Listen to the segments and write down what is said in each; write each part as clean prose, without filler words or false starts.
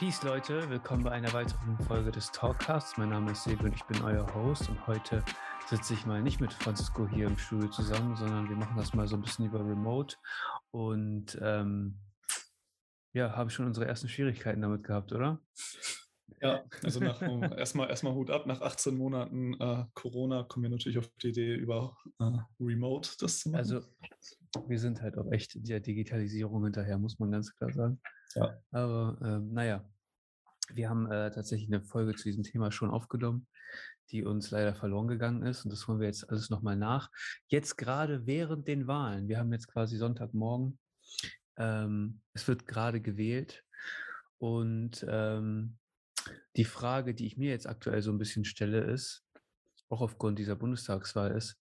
Peace, Leute. Willkommen bei einer weiteren Folge des Talkcasts. Mein Name ist Sebi und ich bin euer Host. Und heute sitze ich mal nicht mit Francisco hier im Studio zusammen, sondern wir machen das mal so ein bisschen über Remote. Und haben schon unsere ersten Schwierigkeiten damit gehabt, oder? Ja, also erstmal Hut ab, nach 18 Monaten Corona kommen wir natürlich auf die Idee, über Remote das zu machen. Also wir sind halt auch echt der Digitalisierung hinterher, muss man ganz klar sagen. Ja. Aber wir haben tatsächlich eine Folge zu diesem Thema schon aufgenommen, die uns leider verloren gegangen ist. Und das holen wir jetzt alles nochmal nach. Jetzt gerade während den Wahlen. Wir haben jetzt quasi Sonntagmorgen. Es wird gerade gewählt. Und die Frage, die ich mir jetzt aktuell so ein bisschen stelle, ist, auch aufgrund dieser Bundestagswahl ist,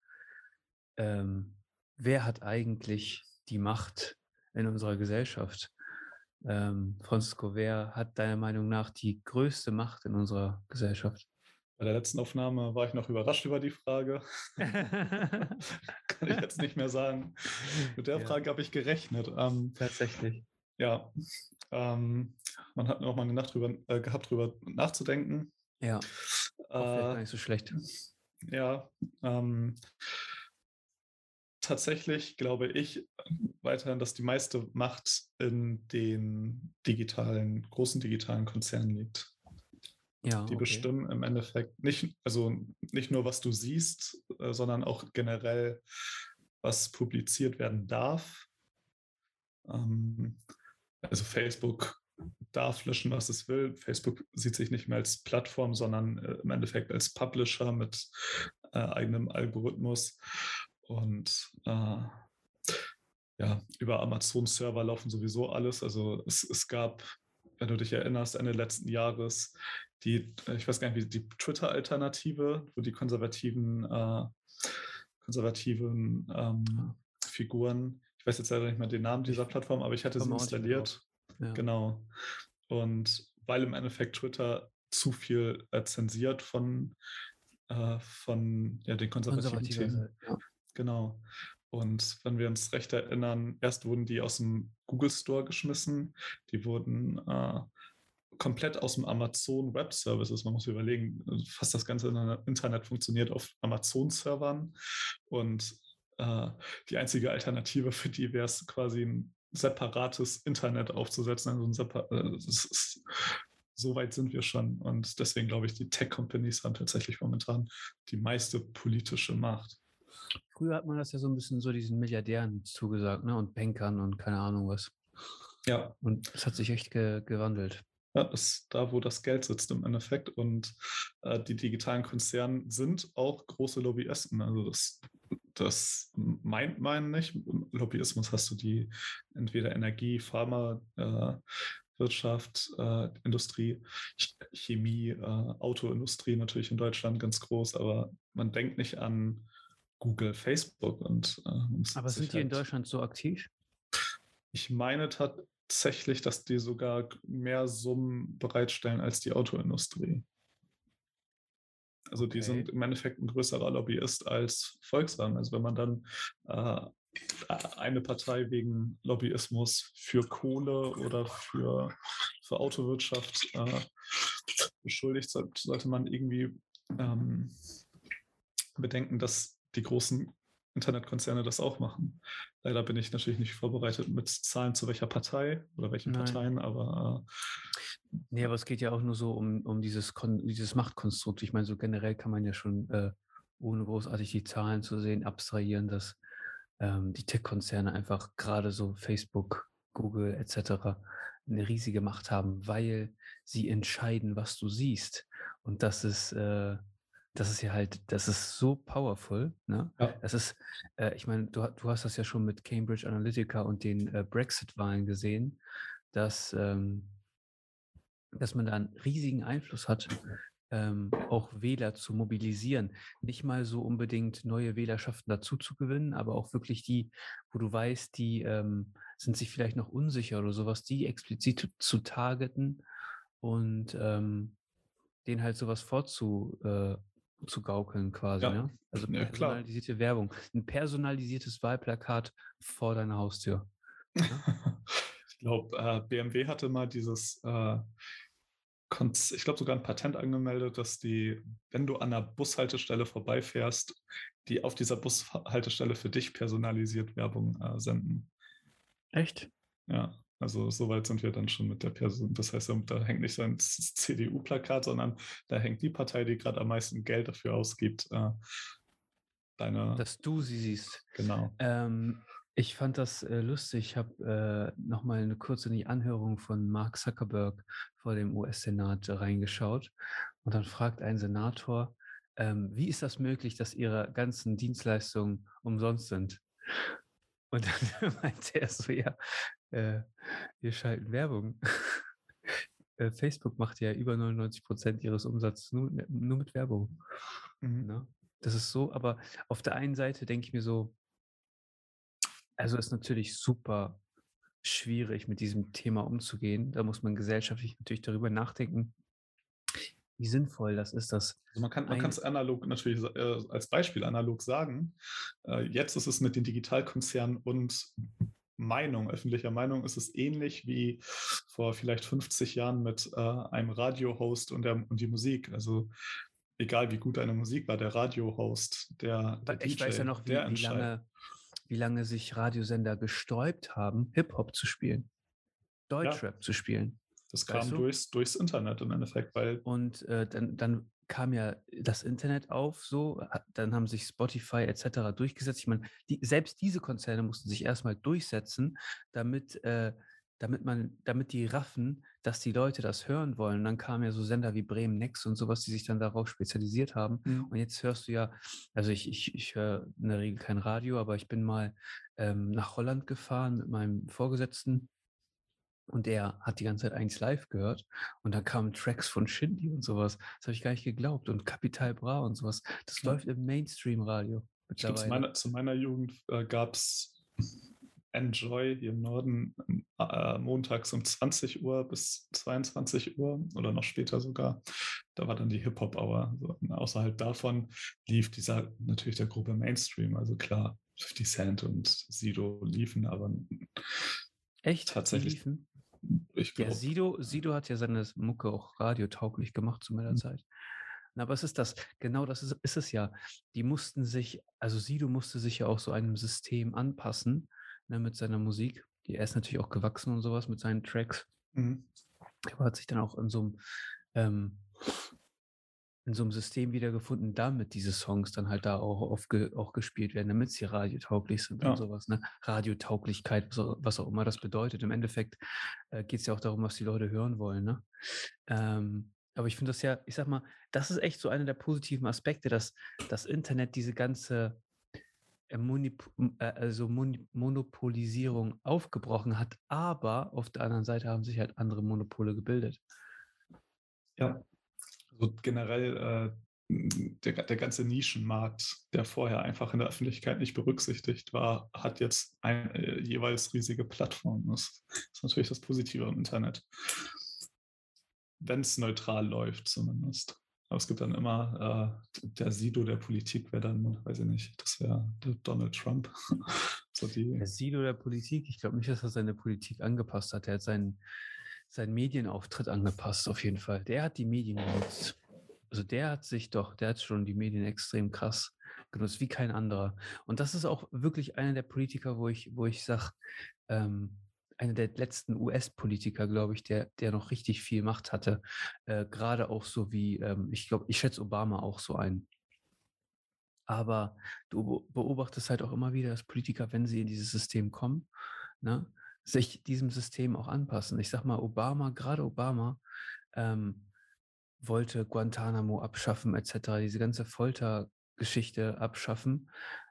wer hat eigentlich die Macht in unserer Gesellschaft? Francisco, wer hat deiner Meinung nach die größte Macht in unserer Gesellschaft? Bei der letzten Aufnahme war ich noch überrascht über die Frage. Kann ich jetzt nicht mehr sagen. Mit der Frage habe ich gerechnet. Tatsächlich. Ja, man hat noch mal eine Nacht gehabt, drüber nachzudenken. Ja, auch gar nicht so schlecht. Ja, tatsächlich glaube ich weiterhin, dass die meiste Macht in den großen digitalen Konzernen liegt. Ja, die bestimmen im Endeffekt nicht nur, was du siehst, sondern auch generell, was publiziert werden darf. Also Facebook darf löschen, was es will. Facebook sieht sich nicht mehr als Plattform, sondern im Endeffekt als Publisher mit eigenem Algorithmus. Und über Amazon-Server laufen sowieso alles. Also es gab, wenn du dich erinnerst, Ende letzten Jahres ich weiß gar nicht, wie die Twitter-Alternative, wo die konservativen Figuren, ich weiß jetzt leider nicht mehr den Namen dieser Plattform, aber ich hatte sie installiert. Ja. Genau. Und weil im Endeffekt Twitter zu viel zensiert von den konservativen Themen. Ja. Genau. Und wenn wir uns recht erinnern, erst wurden die aus dem Google Store geschmissen, die wurden komplett aus dem Amazon Web Services. Man muss überlegen, fast das ganze Internet funktioniert auf Amazon-Servern und die einzige Alternative für die wäre es quasi ein separates Internet aufzusetzen. Also so weit sind wir schon und deswegen glaube ich, die Tech-Companies haben tatsächlich momentan die meiste politische Macht. Früher hat man das ja so ein bisschen so diesen Milliardären zugesagt, ne? Und Bankern und keine Ahnung was. Ja. Und es hat sich echt gewandelt. Ja, das ist da, wo das Geld sitzt im Endeffekt. Und die digitalen Konzerne sind auch große Lobbyisten. Also das meint man nicht. Lobbyismus hast du die entweder Energie, Pharma, Wirtschaft, Industrie, Chemie, Autoindustrie natürlich in Deutschland ganz groß, aber man denkt nicht an Google, Facebook und aber sind die in Deutschland so aktiv? Ich meine tatsächlich, dass die sogar mehr Summen bereitstellen als die Autoindustrie. Also die sind im Endeffekt ein größerer Lobbyist als Volkswagen. Also wenn man dann eine Partei wegen Lobbyismus für Kohle oder für Autowirtschaft beschuldigt, sollte man irgendwie bedenken, dass die großen Internetkonzerne das auch machen. Leider bin ich natürlich nicht vorbereitet mit Zahlen zu welcher Partei oder welchen Parteien, aber nee, aber es geht ja auch nur so um dieses Machtkonstrukt. Ich meine, so generell kann man ja schon, ohne großartig die Zahlen zu sehen, abstrahieren, dass die Tech-Konzerne einfach gerade so Facebook, Google etc. eine riesige Macht haben, weil sie entscheiden, was du siehst. Und das ist so powerful. Ne? ja. Das ist, ich meine, du hast das ja schon mit Cambridge Analytica und den Brexit-Wahlen gesehen, dass man da einen riesigen Einfluss hat, auch Wähler zu mobilisieren. Nicht mal so unbedingt neue Wählerschaften dazu zu gewinnen, aber auch wirklich die, wo du weißt, die sind sich vielleicht noch unsicher oder sowas, die explizit zu targeten und denen halt sowas zu gaukeln quasi. Ja. Ne? Also personalisierte Werbung. Ein personalisiertes Wahlplakat vor deiner Haustür. Ja? Ich glaube, BMW hatte mal ich glaube, sogar ein Patent angemeldet, dass die, wenn du an einer Bushaltestelle vorbeifährst, die auf dieser Bushaltestelle für dich personalisiert Werbung senden. Echt? Ja, also so weit sind wir dann schon mit der Person. Das heißt, da hängt nicht so ein CDU-Plakat, sondern da hängt die Partei, die gerade am meisten Geld dafür ausgibt, deine, Dass du sie siehst. genau. Ich fand das lustig. Ich habe nochmal eine kurze in die Anhörung von Mark Zuckerberg vor dem US-Senat reingeschaut. Und dann fragt ein Senator, wie ist das möglich, dass Ihre ganzen Dienstleistungen umsonst sind? Und dann meinte er so, ja, wir schalten Werbung. Facebook macht ja über 99% ihres Umsatzes nur mit Werbung. Mhm. Ne? Das ist so, aber auf der einen Seite denke ich mir so, also ist natürlich super schwierig, mit diesem Thema umzugehen. Da muss man gesellschaftlich natürlich darüber nachdenken, wie sinnvoll das ist, dass Also man kann es analog natürlich als Beispiel analog sagen. Jetzt ist es mit den Digitalkonzernen und öffentlicher Meinung, ist es ähnlich wie vor vielleicht 50 Jahren mit einem Radiohost und die Musik. Also egal wie gut eine Musik war, der Radiohost, der ich weiß ja DJ, noch, der entscheidet. wie lange sich Radiosender gesträubt haben, Hip-Hop zu spielen, Ja, Deutschrap zu spielen. das Weißt kam du? durchs Internet im Endeffekt, weil Und dann kam ja das Internet auf, so, dann haben sich Spotify etc. durchgesetzt. Ich meine, selbst diese Konzerne mussten sich erstmal durchsetzen, damit die raffen, dass die Leute das hören wollen. Und dann kamen ja so Sender wie Bremen Next und sowas, die sich dann darauf spezialisiert haben. Und jetzt hörst du ja, also ich höre in der Regel kein Radio, aber ich bin mal nach Holland gefahren mit meinem Vorgesetzten. Und der hat die ganze Zeit 1 Live gehört. Und dann kamen Tracks von Shindy und sowas. Das habe ich gar nicht geglaubt. Und Capital Bra und sowas. Das ja. läuft im Mainstream-Radio Ich glaube, mittlerweile. zu meiner Jugend gab es Enjoy hier im Norden montags um 20 Uhr bis 22 Uhr oder noch später sogar. Da war dann die Hip-Hop-Hour. So, außerhalb davon lief natürlich der Gruppe Mainstream. Also klar, 50 Cent und Sido liefen, aber Echt? Die tatsächlich, liefen? ich Ja, glaube, Sido hat ja seine Mucke auch radiotauglich gemacht zu meiner Zeit. Na, aber es ist das, genau das ist es ja. Die mussten sich, also Sido musste sich ja auch so einem System anpassen, ne, mit seiner Musik. Er ist natürlich auch gewachsen und sowas mit seinen Tracks. Aber hat sich dann auch ähm, in so einem System wiedergefunden, damit diese Songs dann halt da auch gespielt werden, damit sie radiotauglich sind und ja. sowas. Ne? Radiotauglichkeit, was auch immer das bedeutet. Im Endeffekt geht es ja auch darum, was die Leute hören wollen. Ne? Aber ich finde das ja, ich sag mal, das ist echt so einer der positiven Aspekte, dass das Internet diese ganze Monopolisierung aufgebrochen hat, aber auf der anderen Seite haben sich halt andere Monopole gebildet. Ja, also generell der ganze Nischenmarkt, der vorher einfach in der Öffentlichkeit nicht berücksichtigt war, hat jetzt jeweils riesige Plattformen. Das ist natürlich das Positive im Internet. Wenn es neutral läuft zumindest. Aber es gibt dann immer der Sido der Politik wäre dann, weiß ich nicht, das wäre Donald Trump. So Der Sido der Politik, ich glaube nicht, dass er seine Politik angepasst hat. Er hat seinen Medienauftritt angepasst, auf jeden Fall. Der hat die Medien genutzt. Also der hat schon die Medien extrem krass genutzt, wie kein anderer. Und das ist auch wirklich einer der Politiker, wo ich sage, einer der letzten US-Politiker, glaube ich, der noch richtig viel Macht hatte. Gerade auch so wie, ich glaube, ich schätze Obama auch so ein. Aber du beobachtest halt auch immer wieder, dass Politiker, wenn sie in dieses System kommen, ne, sich diesem System auch anpassen. Ich sag mal, gerade Obama, wollte Guantanamo abschaffen, etc., diese ganze Foltergeschichte abschaffen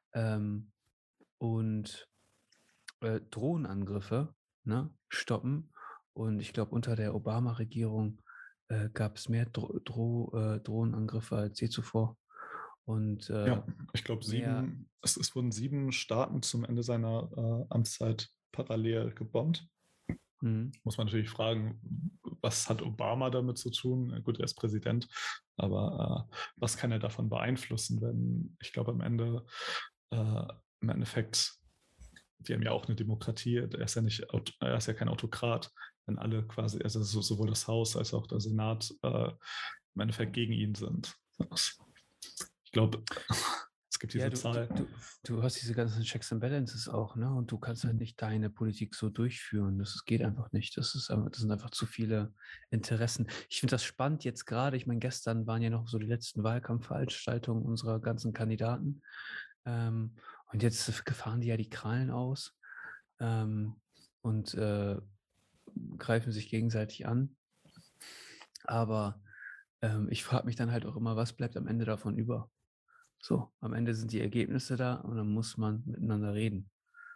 und Drohnenangriffe, ne, stoppen. Und ich glaube, unter der Obama-Regierung gab es mehr Drohnenangriffe als je zuvor. Und ja, ich glaube, mehr, es wurden 7 Staaten zum Ende seiner Amtszeit parallel gebombt. Muss man natürlich fragen, was hat Obama damit zu tun? Gut, er ist Präsident, aber was kann er davon beeinflussen, wenn ich glaube im Endeffekt die haben ja auch eine Demokratie, er ist ja kein Autokrat, wenn alle quasi, also sowohl das Haus als auch der Senat im Endeffekt gegen ihn sind. Ich glaube, es gibt diese Zahl. Du hast diese ganzen Checks and Balances auch, ne? Und du kannst halt nicht deine Politik so durchführen. Das geht einfach nicht. Das sind einfach zu viele Interessen. Ich finde das spannend jetzt gerade. Ich meine, gestern waren ja noch so die letzten Wahlkampfveranstaltungen unserer ganzen Kandidaten. Und jetzt fahren die ja die Krallen aus und greifen sich gegenseitig an. Aber ich frage mich dann halt auch immer, was bleibt am Ende davon über? So, am Ende sind die Ergebnisse da und dann muss man miteinander reden.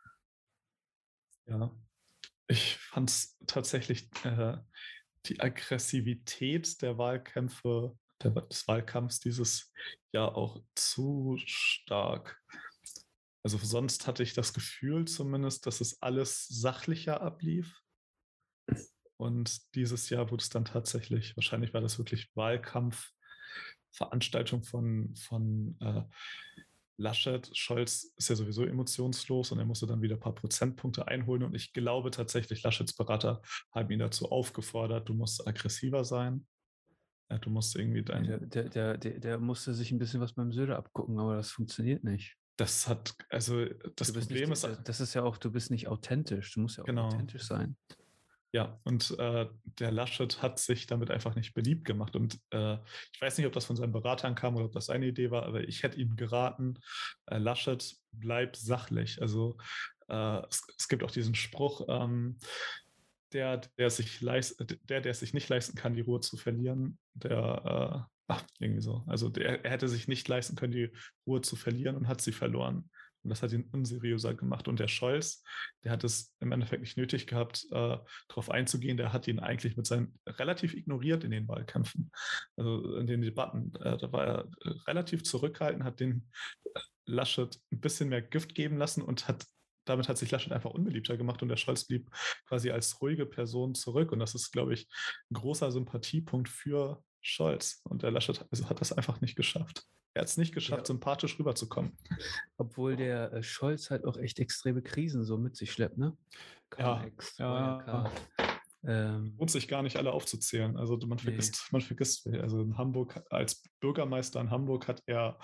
Ja, ich fand es tatsächlich die Aggressivität der Wahlkämpfe, des Wahlkampfs dieses Jahr auch zu stark. Also sonst hatte ich das Gefühl zumindest, dass es alles sachlicher ablief. Und dieses Jahr wurde es dann tatsächlich, wahrscheinlich war das wirklich Wahlkampfveranstaltung von Laschet. Scholz ist ja sowieso emotionslos und er musste dann wieder ein paar Prozentpunkte einholen. Und ich glaube tatsächlich, Laschets Berater haben ihn dazu aufgefordert, du musst aggressiver sein. Du musst irgendwie Der musste sich ein bisschen was beim Söder abgucken, aber das funktioniert nicht. Das Problem ist. Das ist ja auch, du bist nicht authentisch. Du musst ja auch genau. authentisch sein. Ja, und der Laschet hat sich damit einfach nicht beliebt gemacht. Und ich weiß nicht, ob das von seinen Beratern kam oder ob das seine Idee war, aber ich hätte ihm geraten, Laschet, bleib sachlich. Also es gibt auch diesen Spruch, der es sich nicht leisten kann, die Ruhe zu verlieren, irgendwie so. Also er hätte sich nicht leisten können, die Ruhe zu verlieren und hat sie verloren. Und das hat ihn unseriöser gemacht. Und der Scholz, der hat es im Endeffekt nicht nötig gehabt, darauf einzugehen. Der hat ihn eigentlich mit seinen relativ ignoriert in den Wahlkämpfen. Also in den Debatten. Da war er relativ zurückhaltend, hat den Laschet ein bisschen mehr Gift geben lassen und damit hat sich Laschet einfach unbeliebter gemacht und der Scholz blieb quasi als ruhige Person zurück. Und das ist, glaube ich, ein großer Sympathiepunkt für Scholz. Und der Laschet hat das einfach nicht geschafft. Er hat es nicht geschafft, sympathisch rüberzukommen. Obwohl der Scholz halt auch echt extreme Krisen so mit sich schleppt, ne? Cum-Ex, lohnt sich gar nicht alle aufzuzählen. Also man vergisst, also in Hamburg, als Bürgermeister in Hamburg hat er,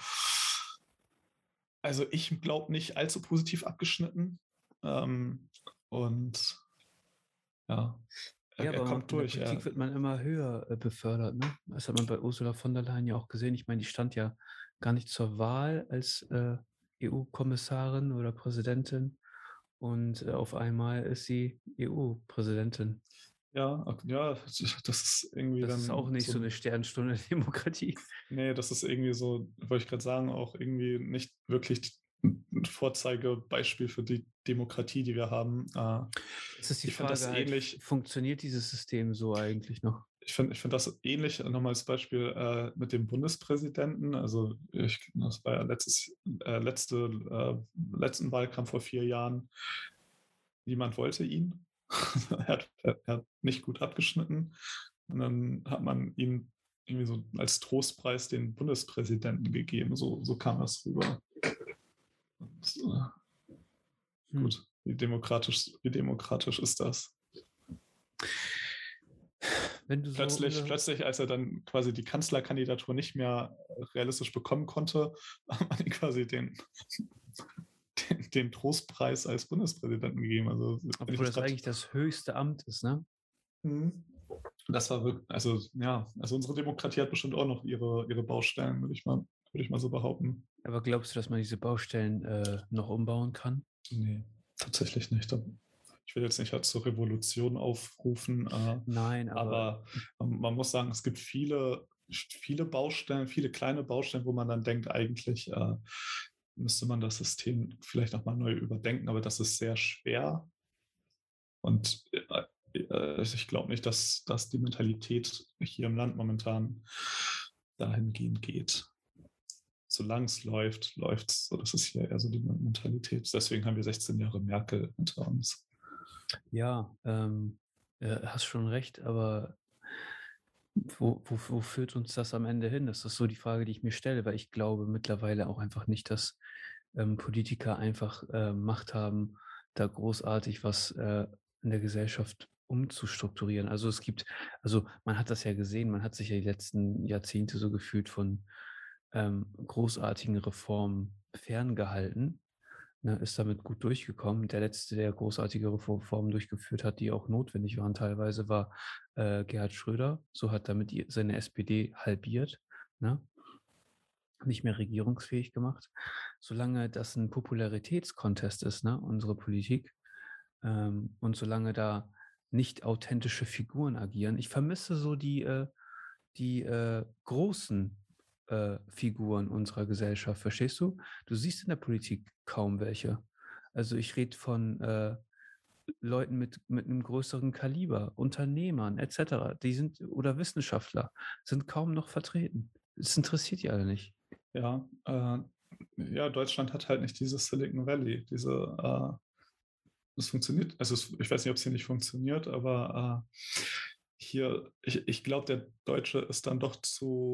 also ich glaube, nicht allzu positiv abgeschnitten. Und ja, er kommt durch. In der Politik wird man immer höher befördert. Ne? Das hat man bei Ursula von der Leyen ja auch gesehen. Ich meine, die stand ja gar nicht zur Wahl als EU-Kommissarin oder Präsidentin. Und auf einmal ist sie EU-Präsidentin. Ja, das ist irgendwie das ist auch nicht so eine Sternstunde Demokratie. Nee, das ist irgendwie so, wollte ich gerade sagen, auch irgendwie nicht wirklich ein Vorzeigebeispiel für die Demokratie, die wir haben. Das ist die Frage, das ähnlich, funktioniert dieses System so eigentlich noch? Ich finde das ähnlich, nochmal als Beispiel mit dem Bundespräsidenten. Also das war ja letzten Wahlkampf vor 4 Jahren. Niemand wollte ihn. er hat nicht gut abgeschnitten. Und dann hat man ihm irgendwie so als Trostpreis den Bundespräsidenten gegeben. So kam das rüber. Und, gut, wie demokratisch ist das? Wenn du plötzlich, als er dann quasi die Kanzlerkandidatur nicht mehr realistisch bekommen konnte, hat man ihm quasi den Trostpreis als Bundespräsidenten gegeben. Also, obwohl das eigentlich das höchste Amt ist, ne? Das war wirklich, also unsere Demokratie hat bestimmt auch noch ihre Baustellen, würde ich mal so behaupten. Aber glaubst du, dass man diese Baustellen noch umbauen kann? Nee, tatsächlich nicht. Ich will jetzt nicht zur Revolution aufrufen. Nein, aber man muss sagen, es gibt viele Baustellen, viele kleine Baustellen, wo man dann denkt, eigentlich müsste man das System vielleicht nochmal neu überdenken, aber das ist sehr schwer. Und ich glaube nicht, dass die Mentalität hier im Land momentan dahingehend geht. Solange es läuft es. So, das ist hier eher so die Mentalität. Deswegen haben wir 16 Jahre Merkel hinter uns. Ja, hast schon recht, aber wo führt uns das am Ende hin? Das ist so die Frage, die ich mir stelle, weil ich glaube mittlerweile auch einfach nicht, dass Politiker einfach Macht haben, da großartig was in der Gesellschaft umzustrukturieren. Also man hat das ja gesehen, man hat sich ja die letzten Jahrzehnte so gefühlt von großartigen Reformen ferngehalten, ne, ist damit gut durchgekommen. Der letzte, der großartige Reformen durchgeführt hat, die auch notwendig waren teilweise, war Gerhard Schröder. So hat damit seine SPD halbiert, ne? Nicht mehr regierungsfähig gemacht. Solange das ein Popularitätskontest ist, ne, unsere Politik, und solange da nicht authentische Figuren agieren. Ich vermisse so die großen Figuren unserer Gesellschaft, verstehst du? Du siehst in der Politik kaum welche. Also ich rede von Leuten mit einem größeren Kaliber, Unternehmern etc. Die sind oder Wissenschaftler sind kaum noch vertreten. Es interessiert die alle nicht. Ja, ja, Deutschland hat halt nicht dieses Silicon Valley, das funktioniert, also ich weiß nicht, ob es hier nicht funktioniert, aber hier, ich glaube, der Deutsche ist dann doch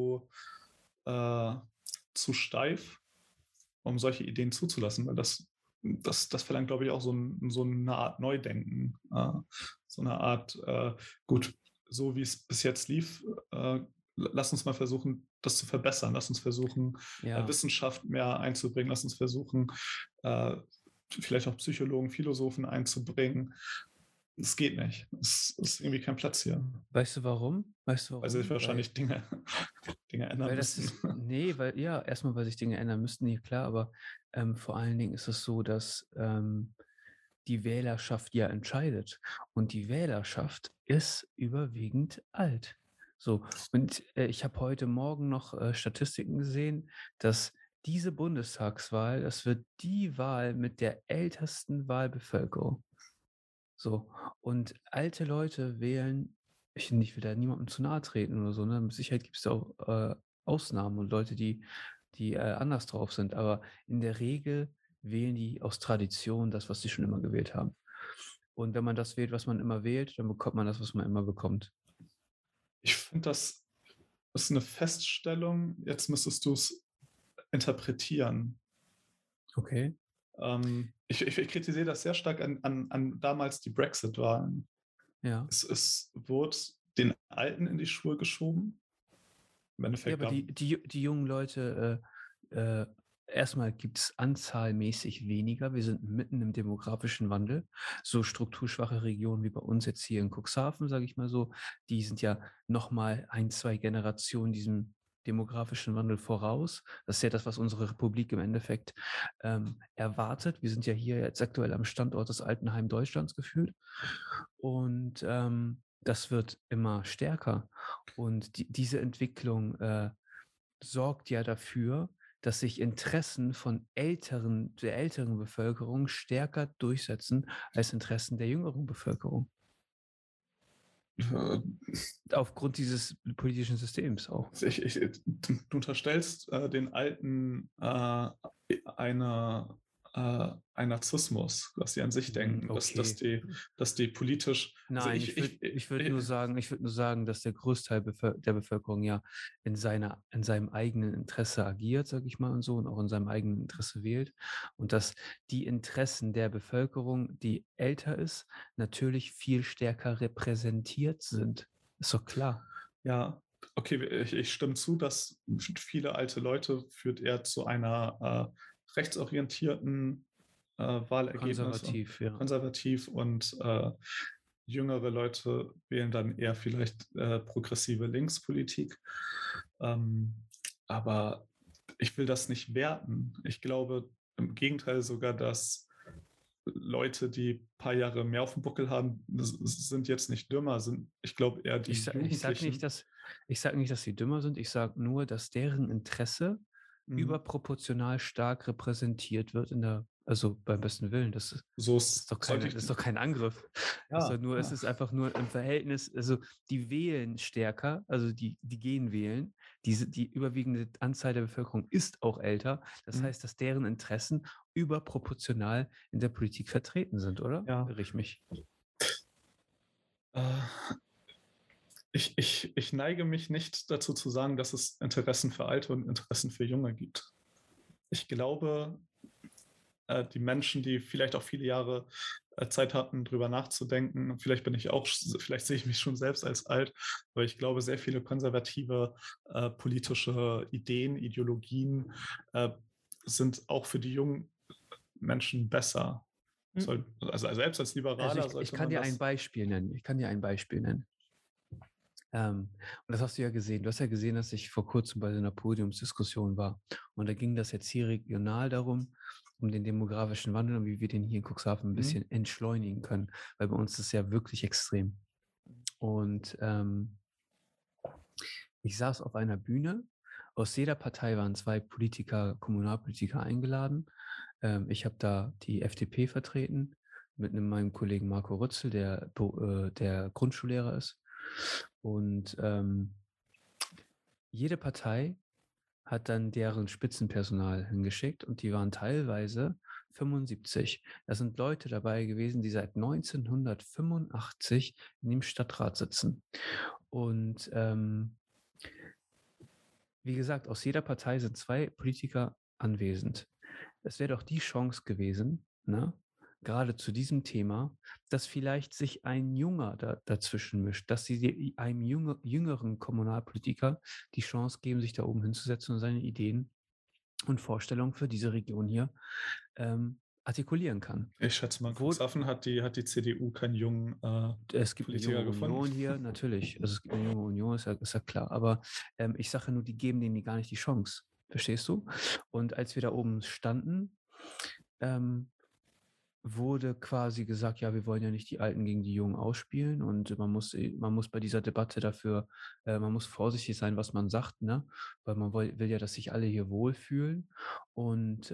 zu steif, um solche Ideen zuzulassen, weil das verlangt, glaube ich, auch so eine Art Neudenken, so eine Art, gut, so wie es bis jetzt lief, lass uns mal versuchen, das zu verbessern. Lass uns versuchen, Ja, Wissenschaft mehr einzubringen. Lass uns versuchen, vielleicht auch Psychologen, Philosophen einzubringen. Es geht nicht. Es ist irgendwie kein Platz hier, weißt du warum? Weißt du weil sich warum? wahrscheinlich Dinge ändern Weil das müssten. ist, nee, weil, ja, erstmal, weil sich Dinge ändern müssten, nee, klar, aber vor allen Dingen ist es so, dass die Wählerschaft ja entscheidet. Und die Wählerschaft ist überwiegend alt. So, und ich habe heute Morgen noch Statistiken gesehen, dass diese Bundestagswahl, das wird die Wahl mit der ältesten Wahlbevölkerung. So, und alte Leute wählen, ich will da niemandem zu nahe treten oder so, ne? Mit Sicherheit gibt es da auch Ausnahmen und Leute, die anders drauf sind, aber in der Regel wählen die aus Tradition das, was sie schon immer gewählt haben. Und wenn man das wählt, was man immer wählt, dann bekommt man das, was man immer bekommt. Ich finde, das ist eine Feststellung. Jetzt müsstest du es interpretieren. Okay. Ich kritisiere das sehr stark an damals die Brexit-Wahlen. Ja. Es wurde den Alten in die Schuhe geschoben. Im Ja, Endeffekt aber da die jungen Leute, erstmal gibt es anzahlmäßig weniger. Wir sind mitten im demografischen Wandel. So strukturschwache Regionen wie bei uns jetzt hier in Cuxhaven, sage ich mal so, die sind ja nochmal ein, zwei Generationen diesem demografischen Wandel voraus. Das ist ja das, was unsere Republik im Endeffekt erwartet. Wir sind ja hier jetzt aktuell am Standort des Altenheim Deutschlands gefühlt. Und das wird immer stärker. Und diese Entwicklung sorgt ja dafür, dass sich Interessen der älteren Bevölkerung stärker durchsetzen als Interessen der jüngeren Bevölkerung. äh, Aufgrund dieses politischen Systems auch. du unterstellst den Alten ein Narzissmus, dass sie an sich denken, Okay. dass die politisch, also Nein, ich würde nur sagen, dass der Großteil der Bevölkerung ja in seinem eigenen Interesse agiert, sage ich mal und so, und auch in seinem eigenen Interesse wählt. Und dass die Interessen der Bevölkerung, die älter ist, natürlich viel stärker repräsentiert sind. Ist doch klar. ja, okay, ich stimme zu, dass viele alte Leute führt eher zu einer rechtsorientierten Wahlergebnisse, Konservativ, ja. konservativ und jüngere Leute wählen dann eher vielleicht progressive Linkspolitik. Ähm, aber ich will das nicht werten. Ich glaube im Gegenteil sogar, dass Leute, die ein paar Jahre mehr auf dem Buckel haben, sind jetzt nicht dümmer, sind, ich glaube, eher die Ich sag nicht, Jugendlichen. ich sag nicht, dass sie dümmer sind. Ich sage nur, dass deren Interesse Mhm. überproportional stark repräsentiert wird also beim besten Willen. So sollte Das ich. ist doch kein Angriff. Ja, Es ja. ist einfach nur im Verhältnis, also die wählen stärker, also die gehen wählen. Die überwiegende Anzahl der Bevölkerung ist auch älter. Das Mhm. heißt, dass deren Interessen überproportional in der Politik vertreten sind, oder? Ja. Irre ich mich? Äh, ich neige mich nicht dazu zu sagen, dass es Interessen für Alte und Interessen für Junge gibt. Ich glaube, die Menschen, die vielleicht auch viele Jahre Zeit hatten, drüber nachzudenken. Vielleicht sehe ich mich schon selbst als alt, aber ich glaube, sehr viele konservative politische Ideen, Ideologien äh, sind auch für die jungen Menschen besser. Also selbst als Also Liberaler ich sollte kann man dir ein das. Beispiel nennen. Ich kann dir ein Beispiel nennen. Und das hast du ja gesehen. Du hast ja gesehen, dass ich vor kurzem bei so einer Podiumsdiskussion war. Und da ging das jetzt hier regional darum, um den demografischen Wandel und wie wir den hier in Cuxhaven ein bisschen entschleunigen können. Weil bei uns ist es ja wirklich extrem. Und ich saß auf einer Bühne. Aus jeder Partei waren 2 Politiker, Kommunalpolitiker eingeladen. Ich habe da die FDP vertreten mit meinem Kollegen Marco Rützel, der Grundschullehrer ist. Und jede Partei hat dann deren Spitzenpersonal hingeschickt und die waren teilweise 75. Da sind Leute dabei gewesen, die seit 1985 in dem Stadtrat sitzen. Und wie gesagt, aus jeder Partei sind 2 Politiker anwesend. Es wäre doch die Chance gewesen, ne, gerade zu diesem Thema, dass vielleicht sich ein Junger dazwischen mischt, dass sie einem jüngeren Kommunalpolitiker die Chance geben, sich da oben hinzusetzen und seine Ideen und Vorstellungen für diese Region hier artikulieren kann. Ich schätze mal, in Wo, Cuxhaven hat die CDU keinen jungen es gibt eine junge Politiker gefunden. Union hier, natürlich. Also es gibt eine junge Union, ist ja klar. Aber ich sage nur, die geben denen gar nicht die Chance. Verstehst du? Und als wir da oben standen, wurde quasi gesagt, ja, wir wollen ja nicht die Alten gegen die Jungen ausspielen und man muss bei dieser Debatte dafür, man muss vorsichtig sein, was man sagt, ne? Weil man will ja, dass sich alle hier wohlfühlen und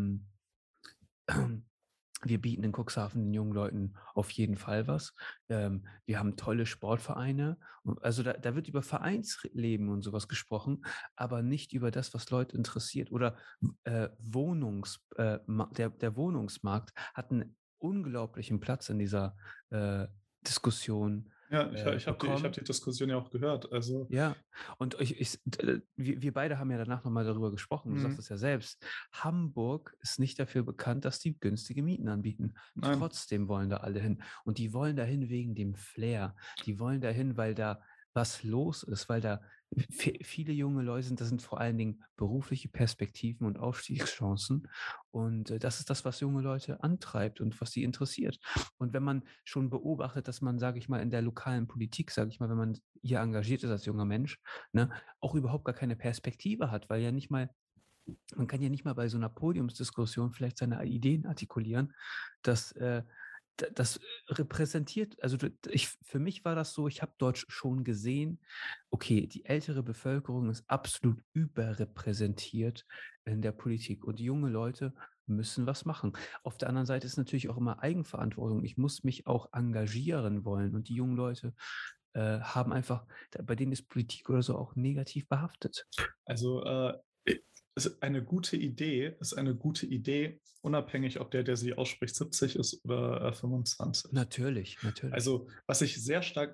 wir bieten in Cuxhaven den jungen Leuten auf jeden Fall was. Wir haben tolle Sportvereine. Also da wird über Vereinsleben und sowas gesprochen, aber nicht über das, was Leute interessiert. Oder der Wohnungsmarkt hat einen unglaublichen Platz in dieser Diskussion Ja, ich hab bekommen. die Diskussion ja auch gehört. Also, Ja, und wir beide haben ja danach nochmal darüber gesprochen. Du sagst es ja selbst. Hamburg ist nicht dafür bekannt, dass die günstige Mieten anbieten. nein. Trotzdem wollen da alle hin. Und die wollen dahin wegen dem Flair. Die wollen dahin, weil da was los ist, weil da viele junge Leute sind. Das sind vor allen Dingen berufliche Perspektiven und Aufstiegschancen. Und das ist das, was junge Leute antreibt und was sie interessiert. Und wenn man schon beobachtet, dass man, sage ich mal, in der lokalen Politik, sage ich mal, wenn man hier engagiert ist als junger Mensch, ne, auch überhaupt gar keine Perspektive hat, weil ja nicht mal, man kann ja nicht mal bei so einer Podiumsdiskussion vielleicht seine Ideen artikulieren, dass das repräsentiert, also für mich war das so, ich habe dort schon gesehen, okay, die ältere Bevölkerung ist absolut überrepräsentiert in der Politik und die junge Leute müssen was machen. Auf der anderen Seite ist natürlich auch immer Eigenverantwortung. Ich muss mich auch engagieren wollen und die jungen Leute haben einfach, bei denen ist Politik oder so auch negativ behaftet. Also ist eine gute Idee, unabhängig, ob der sie ausspricht, 70 ist oder 25. Natürlich, natürlich. Also, was ich sehr stark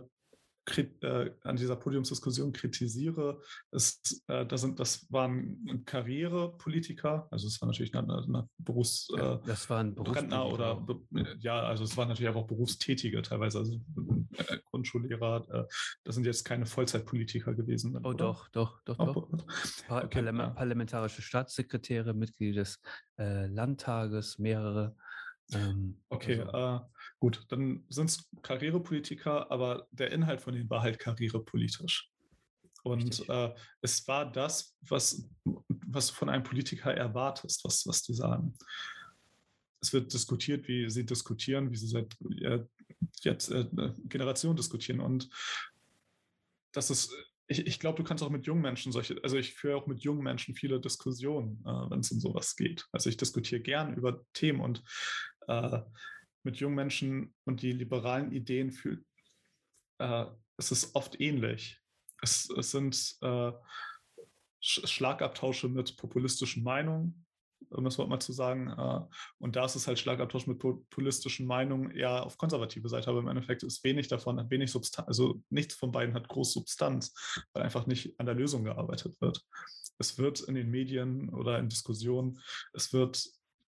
an dieser Podiumsdiskussion kritisiere, ist, das waren Karrierepolitiker, also es war natürlich eine Das waren Rentner Berufspolitiker oder auch. ja, also es waren natürlich auch Berufstätige teilweise, also Grundschullehrer, das sind jetzt keine Vollzeitpolitiker gewesen, Oh, oder? doch, doch, doch, Auch, doch. okay, ja. Parlamentarische Staatssekretäre, Mitglieder des Landtages, mehrere. Okay, gut, dann sind es Karrierepolitiker, aber der Inhalt von denen war halt karrierepolitisch. Und Richtig. es war das, was du von einem Politiker erwartest, was die sagen. Es wird diskutiert, wie sie diskutieren, wie sie seit jetzt Generationen diskutieren. Und das ist, ich glaube, du kannst auch mit jungen Menschen also ich führe auch mit jungen Menschen viele Diskussionen, wenn es um sowas geht. Also ich diskutiere gern über Themen und äh, mit jungen Menschen und die liberalen Ideen äh, es ist oft ähnlich. Es sind Schlagabtausche mit populistischen Meinungen, um das Wort mal zu sagen. Und da ist es halt Schlagabtausch mit populistischen Meinungen eher auf konservative Seite, aber im Endeffekt ist wenig davon, hat wenig Substanz, also nichts von beiden hat große Substanz, weil einfach nicht an der Lösung gearbeitet wird. Es wird in den Medien oder in Diskussionen, es wird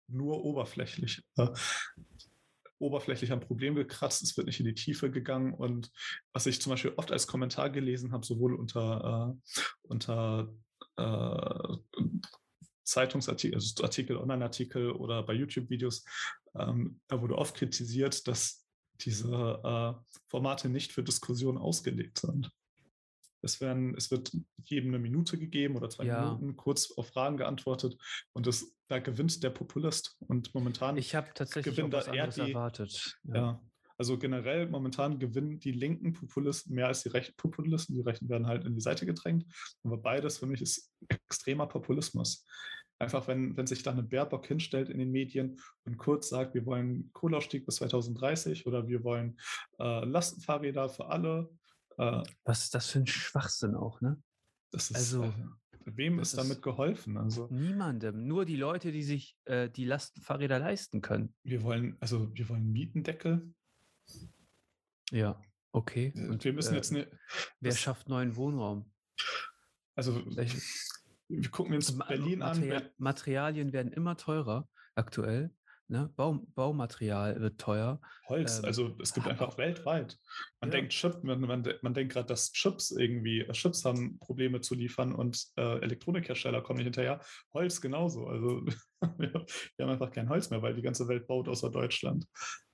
nur oberflächlich am Problem gekratzt, es wird nicht in die Tiefe gegangen. Und was ich zum Beispiel oft als Kommentar gelesen habe, sowohl unter äh, Zeitungsartikel, also Artikel, Online-Artikel oder bei YouTube-Videos, da wurde oft kritisiert, dass diese Formate nicht für Diskussionen ausgelegt sind. Es wird jedem eine Minute gegeben oder 2 Ja, Minuten, kurz auf Fragen geantwortet und da gewinnt der Populist. Und momentan ich habe tatsächlich auch gewinnen da was eher anderes erwartet. Ja. ja, also generell momentan gewinnen die linken Populisten mehr als die rechten Populisten. Die Rechten werden halt in die Seite gedrängt. Aber beides für mich ist extremer Populismus. Einfach, wenn sich dann eine Baerbock hinstellt in den Medien und kurz sagt, wir wollen Kohleausstieg bis 2030 oder wir wollen Lastenfahrräder für alle. Was ist das für ein Schwachsinn auch, ne? Das ist, Also, wem das ist damit ist geholfen? Also niemandem, nur die Leute, die sich die Lastenfahrräder leisten können. wir wollen Mietendeckel. Ja, okay. Und Wir müssen jetzt wer schafft neuen Wohnraum? also Welche, wir gucken uns Berlin an. Materialien werden immer teurer aktuell. Ne? Baumaterial wird teuer. Holz, also es gibt einfach weltweit. Man Ja. denkt man denkt gerade, dass Chips haben Probleme zu liefern und Elektronikhersteller kommen nicht hinterher. Holz genauso. Also wir haben einfach kein Holz mehr, weil die ganze Welt baut außer Deutschland.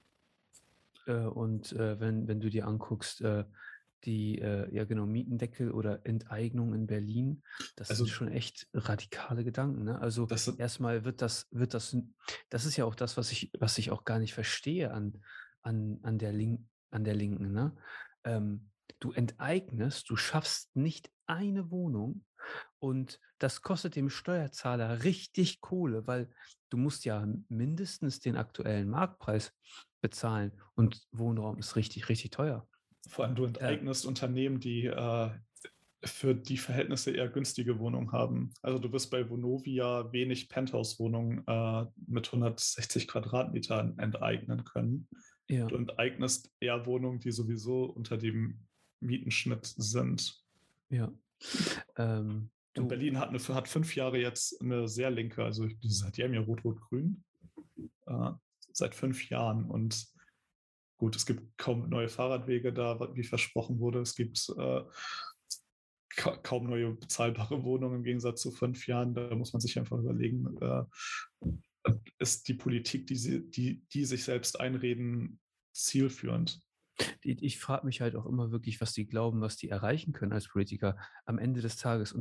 Und wenn du dir anguckst, ja genau, Mietendeckel oder Enteignung in Berlin, das Also sind schon echt radikale Gedanken. Ne? Also das erstmal das ist ja auch das, was ich auch gar nicht verstehe an der Linken. Ne? Du enteignest, du schaffst nicht eine Wohnung und das kostet dem Steuerzahler richtig Kohle, weil du musst ja mindestens den aktuellen Marktpreis bezahlen und Wohnraum ist richtig, richtig teuer. vor allem du enteignest Unternehmen, die für die Verhältnisse eher günstige Wohnungen haben. Also du wirst bei Vonovia wenig Penthouse-Wohnungen mit 160 Quadratmetern enteignen können. Ja, Du enteignest eher Wohnungen, die sowieso unter dem Mietenschnitt sind. ja. Und Berlin hat 5 Jahre jetzt eine sehr linke, also die haben ja Rot-Rot-Grün äh, seit 5 Jahren. Und gut, es gibt kaum neue Fahrradwege da, wie versprochen wurde. Es gibt kaum neue bezahlbare Wohnungen im Gegensatz zu 5 Jahren. Da muss man sich einfach überlegen, ist die Politik, die sich selbst einreden, zielführend? Ich frage mich halt auch immer wirklich, was die glauben, was die erreichen können als Politiker. Am Ende des Tages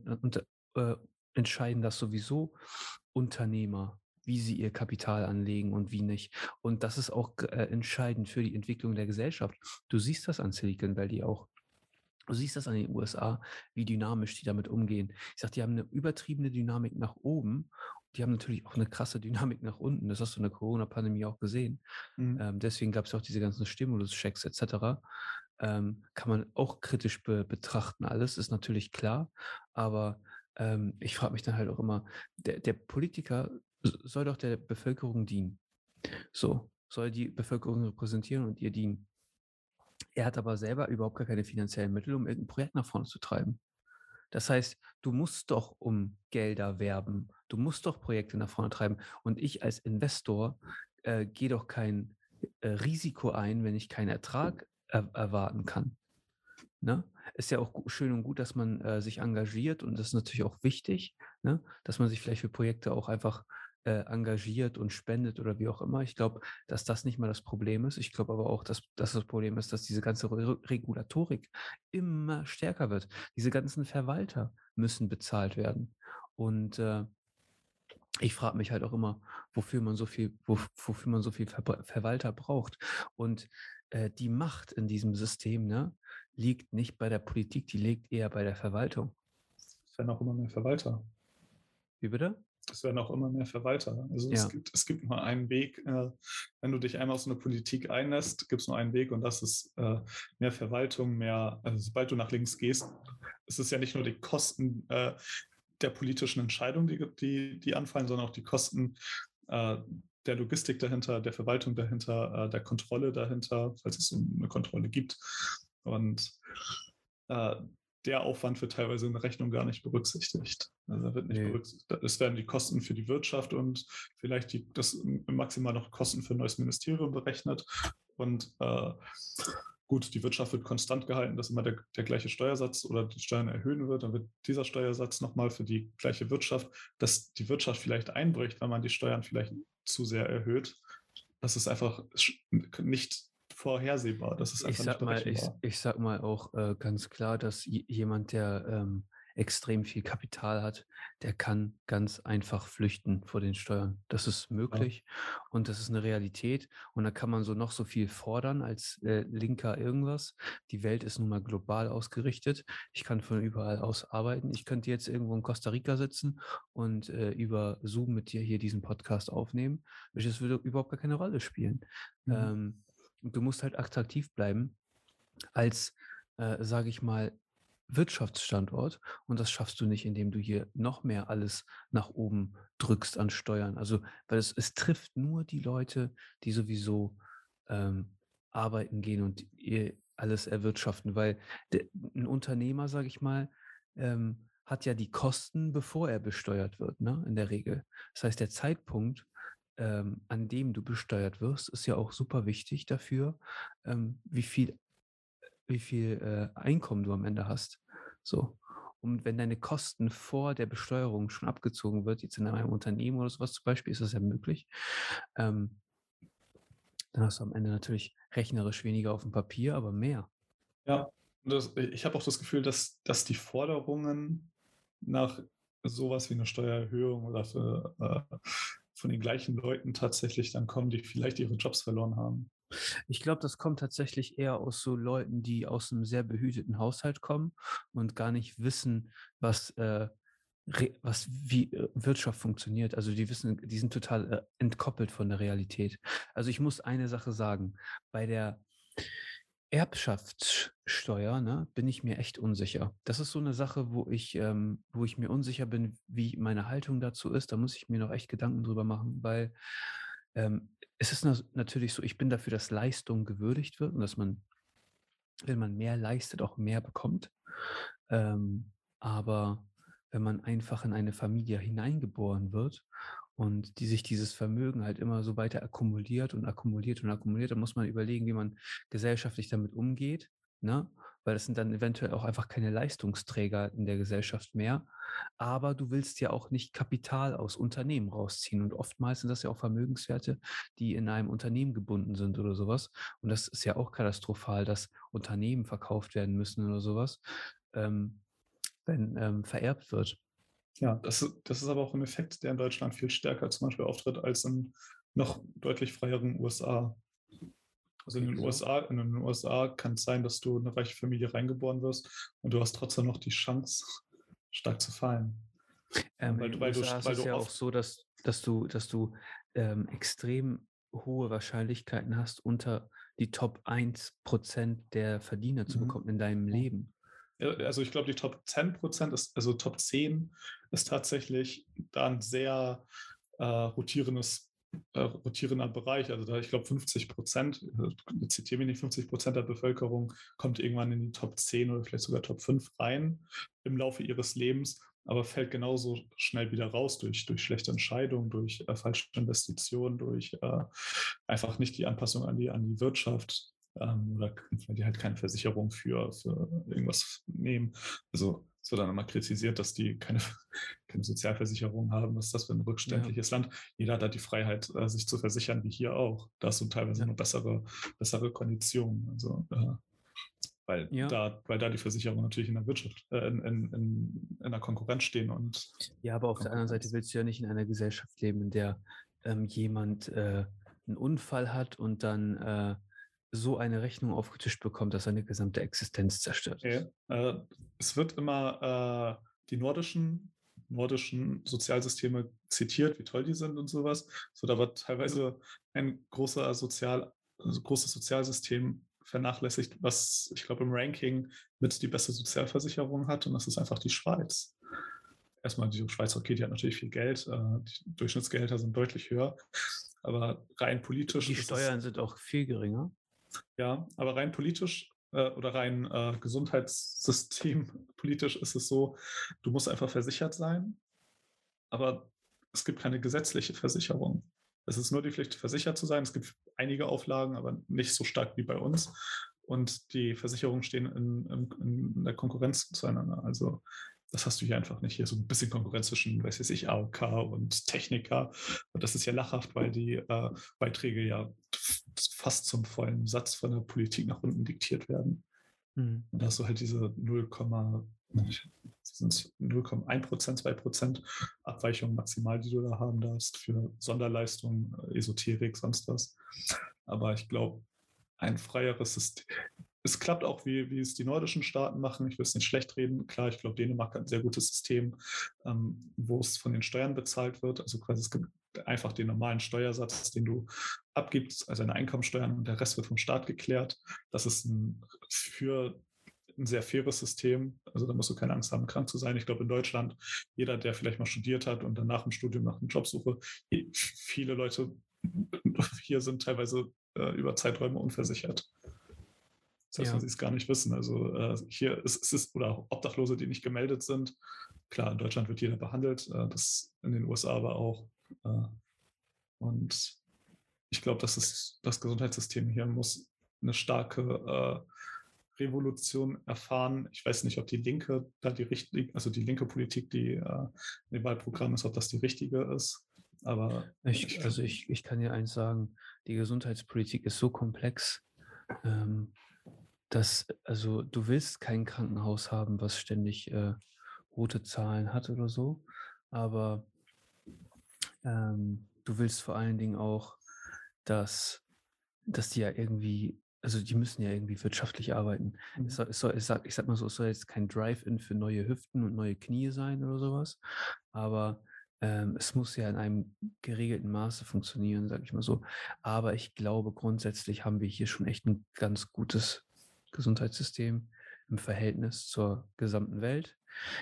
entscheiden das sowieso Unternehmer, wie sie ihr Kapital anlegen und wie nicht. Und das ist auch entscheidend für die Entwicklung der Gesellschaft. Du siehst das an Silicon Valley auch. Du siehst das an den USA, wie dynamisch die damit umgehen. Ich sage, die haben eine übertriebene Dynamik nach oben. Die haben natürlich auch eine krasse Dynamik nach unten. Das hast du in der Corona-Pandemie auch gesehen. Mhm. Deswegen gab es auch diese ganzen Stimulus-Checks etc. Kann man auch kritisch betrachten. Alles ist natürlich klar. Aber ich frage mich dann halt auch immer, der Politiker soll doch der Bevölkerung dienen. So, soll die Bevölkerung repräsentieren und ihr dienen. Er hat aber selber überhaupt gar keine finanziellen Mittel, um irgendein Projekt nach vorne zu treiben. Das heißt, du musst doch um Gelder werben. Du musst doch Projekte nach vorne treiben. Und ich als Investor gehe doch kein Risiko ein, wenn ich keinen Ertrag erwarten kann. Ne? Ist ja auch schön und gut, dass man sich engagiert und das ist natürlich auch wichtig, ne? Dass man sich vielleicht für Projekte auch einfach engagiert und spendet oder wie auch immer. Ich glaube, dass das nicht mal das Problem ist. Ich glaube aber auch, dass das Problem ist, dass diese ganze Regulatorik immer stärker wird. Diese ganzen Verwalter müssen bezahlt werden. Und ich frage mich halt auch immer, wofür man so viel Verwalter braucht. Und die Macht in diesem System, ne, liegt nicht bei der Politik, die liegt eher bei der Verwaltung. Es werden auch immer mehr Verwalter. Wie bitte? Es werden auch immer mehr Verwalter. Also Ja, es gibt nur einen Weg. Wenn du dich einmal auf so eine Politik einlässt, gibt es nur einen Weg und das ist mehr Verwaltung, also sobald du nach links gehst, ist es ja nicht nur die Kosten der politischen Entscheidungen, die anfallen, sondern auch die Kosten der Logistik dahinter, der Verwaltung dahinter, der Kontrolle dahinter, falls es so eine Kontrolle gibt. Und der Aufwand wird teilweise in der Rechnung gar nicht berücksichtigt. Also da wird nicht Nee. berücksichtigt. Es werden die Kosten für die Wirtschaft und vielleicht das maximal noch Kosten für ein neues Ministerium berechnet. Und gut, die Wirtschaft wird konstant gehalten, dass immer der gleiche Steuersatz oder die Steuern erhöhen wird. Dann wird dieser Steuersatz nochmal für die gleiche Wirtschaft, dass die Wirtschaft vielleicht einbricht, wenn man die Steuern vielleicht zu sehr erhöht. Das ist einfach nicht vorhersehbar. Das ist einfach nicht berechenbar. Ich sag mal auch ganz klar, dass jemand, der extrem viel Kapital hat, der kann ganz einfach flüchten vor den Steuern. Das ist möglich und das ist eine Realität. Und da kann man so noch so viel fordern als Linker irgendwas. Die Welt ist nun mal global ausgerichtet. Ich kann von überall aus arbeiten. Ich könnte jetzt irgendwo in Costa Rica sitzen und über Zoom mit dir hier diesen Podcast aufnehmen. Das würde überhaupt gar keine Rolle spielen. Du musst halt attraktiv bleiben als, sage ich mal, Wirtschaftsstandort. Und das schaffst du nicht, indem du hier noch mehr alles nach oben drückst an Steuern. Also, weil es trifft nur die Leute, die sowieso arbeiten gehen und ihr alles erwirtschaften. Weil ein Unternehmer, sage ich mal, hat ja die Kosten, bevor er besteuert wird, ne? In der Regel. Das heißt, der Zeitpunkt, an dem du besteuert wirst, ist ja auch super wichtig dafür, wie viel Einkommen du am Ende hast. So. Und wenn deine Kosten vor der Besteuerung schon abgezogen wird, jetzt in einem Unternehmen oder sowas zum Beispiel, ist das ja möglich, ähm, dann hast du am Ende natürlich rechnerisch weniger auf dem Papier, aber mehr. Ja, ich habe auch das Gefühl, dass die Forderungen nach sowas wie eine Steuererhöhung oder von den gleichen Leuten tatsächlich dann kommen, die vielleicht ihre Jobs verloren haben. Ich glaube, das kommt tatsächlich eher aus so Leuten, die aus einem sehr behüteten Haushalt kommen und gar nicht wissen, wie Wirtschaft funktioniert. Also die wissen, die sind total entkoppelt von der Realität. Also ich muss eine Sache sagen, bei der Erbschaftssteuer, ne, bin ich mir echt unsicher. Das ist so eine Sache, wo ich mir unsicher bin, wie meine Haltung dazu ist. Da muss ich mir noch echt Gedanken drüber machen, weil es ist natürlich so, ich bin dafür, dass Leistung gewürdigt wird und dass man, wenn man mehr leistet, auch mehr bekommt. Aber wenn man einfach in eine Familie hineingeboren wird und die sich dieses Vermögen halt immer so weiter akkumuliert und akkumuliert und akkumuliert, dann muss man überlegen, wie man gesellschaftlich damit umgeht, ne? Weil das sind dann eventuell auch einfach keine Leistungsträger in der Gesellschaft mehr. Aber du willst ja auch nicht Kapital aus Unternehmen rausziehen. Und oftmals sind das ja auch Vermögenswerte, die in einem Unternehmen gebunden sind oder sowas. Und das ist ja auch katastrophal, dass Unternehmen verkauft werden müssen oder sowas, wenn vererbt wird. Ja, das ist aber auch ein Effekt, der in Deutschland viel stärker zum Beispiel auftritt als in noch deutlich freieren USA. Also Okay, wieso? In den USA kann es sein, dass du in eine reiche Familie reingeboren wirst und du hast trotzdem noch die Chance, stark zu fallen. In den USA ist Weil es du ja auch oft, so, dass du extrem hohe Wahrscheinlichkeiten hast, unter die Top 1% der Verdiener zu bekommen in deinem ja. Leben. Also ich glaube, die Top 10% also Top 10 ist tatsächlich da ein sehr rotierender Bereich. Also da, ich glaube, 50%, zitiere mich nicht, 50% der Bevölkerung kommt irgendwann in die Top 10 oder vielleicht sogar Top 5 rein im Laufe ihres Lebens, aber fällt genauso schnell wieder raus durch schlechte Entscheidungen, durch falsche Investitionen, durch einfach nicht die Anpassung an die Wirtschaft oder weil die halt keine Versicherung für irgendwas nehmen. Also es wird dann immer kritisiert, dass die keine Sozialversicherung haben. Was ist das für ein Ja, rückständiges Land? Jeder hat da die Freiheit, sich zu versichern, wie hier auch. Da hast du teilweise ja, nur bessere Konditionen. Also, ja. weil da die Versicherungen natürlich in der Wirtschaft, in der Konkurrenz stehen und Ja, aber auf der anderen Seite Konkurrenz. willst du ja nicht in einer Gesellschaft leben, in der jemand einen Unfall hat und dann so eine Rechnung aufgetischt bekommt, dass seine gesamte Existenz zerstört Okay. ist. Es wird immer die nordischen Sozialsysteme zitiert, wie toll die sind und sowas. So, da wird Ja. teilweise ein großes Sozialsystem vernachlässigt, was ich glaube im Ranking mit die beste Sozialversicherung hat, und das ist einfach die Schweiz. Erstmal die Schweiz, okay, die hat natürlich viel Geld, die Durchschnittsgehälter sind deutlich höher, aber rein politisch Die ist es Steuern sind auch viel geringer. ja, aber rein politisch oder rein Gesundheitssystem politisch ist es so, du musst einfach versichert sein, aber es gibt keine gesetzliche Versicherung. Es ist nur die Pflicht, versichert zu sein. Es gibt einige Auflagen, aber nicht so stark wie bei uns. Und die Versicherungen stehen in der Konkurrenz zueinander. Also das hast du hier einfach nicht. Hier so ein bisschen Konkurrenz zwischen, weiß ich, AOK und Techniker. Und das ist ja lachhaft, weil die Beiträge ja fast zum vollen Satz von der Politik nach unten diktiert werden. Und da hast du halt diese 0,1%, 2% Abweichung maximal, die du da haben darfst für Sonderleistungen, Esoterik, sonst was. Aber ich glaube, ein freieres System. Es klappt auch, wie es die nordischen Staaten machen. Ich will es nicht schlecht reden. Klar, ich glaube, Dänemark hat ein sehr gutes System, wo es von den Steuern bezahlt wird. Also quasi es gibt einfach den normalen Steuersatz, den du abgibst, also eine Einkommensteuer, und der Rest wird vom Staat geklärt. Das ist für ein sehr faires System. Also da musst du keine Angst haben, krank zu sein. Ich glaube, in Deutschland, jeder, der vielleicht mal studiert hat und dann nach dem Studium nach einem Job suche, viele Leute hier sind teilweise über Zeiträume unversichert. Selbst wenn sie es gar nicht wissen. Also hier ist es, oder Obdachlose, die nicht gemeldet sind. Klar, in Deutschland wird jeder behandelt, das in den USA aber auch. Und ich glaube, das Gesundheitssystem hier muss eine starke Revolution erfahren. Ich weiß nicht, ob die Linke da die richtige, also die linke Politik, die in dem Wahlprogramm ist, ob das die richtige ist. Aber ich kann dir eins sagen, die Gesundheitspolitik ist so komplex, dass, also du willst kein Krankenhaus haben, was ständig rote Zahlen hat oder so, aber du willst vor allen Dingen auch, dass die ja irgendwie, also die müssen ja irgendwie wirtschaftlich arbeiten. Ich sag mal so, es soll jetzt kein Drive-In für neue Hüften und neue Knie sein oder sowas, aber es muss ja in einem geregelten Maße funktionieren, sag ich mal so. Aber ich glaube, grundsätzlich haben wir hier schon echt ein ganz gutes Gesundheitssystem im Verhältnis zur gesamten Welt.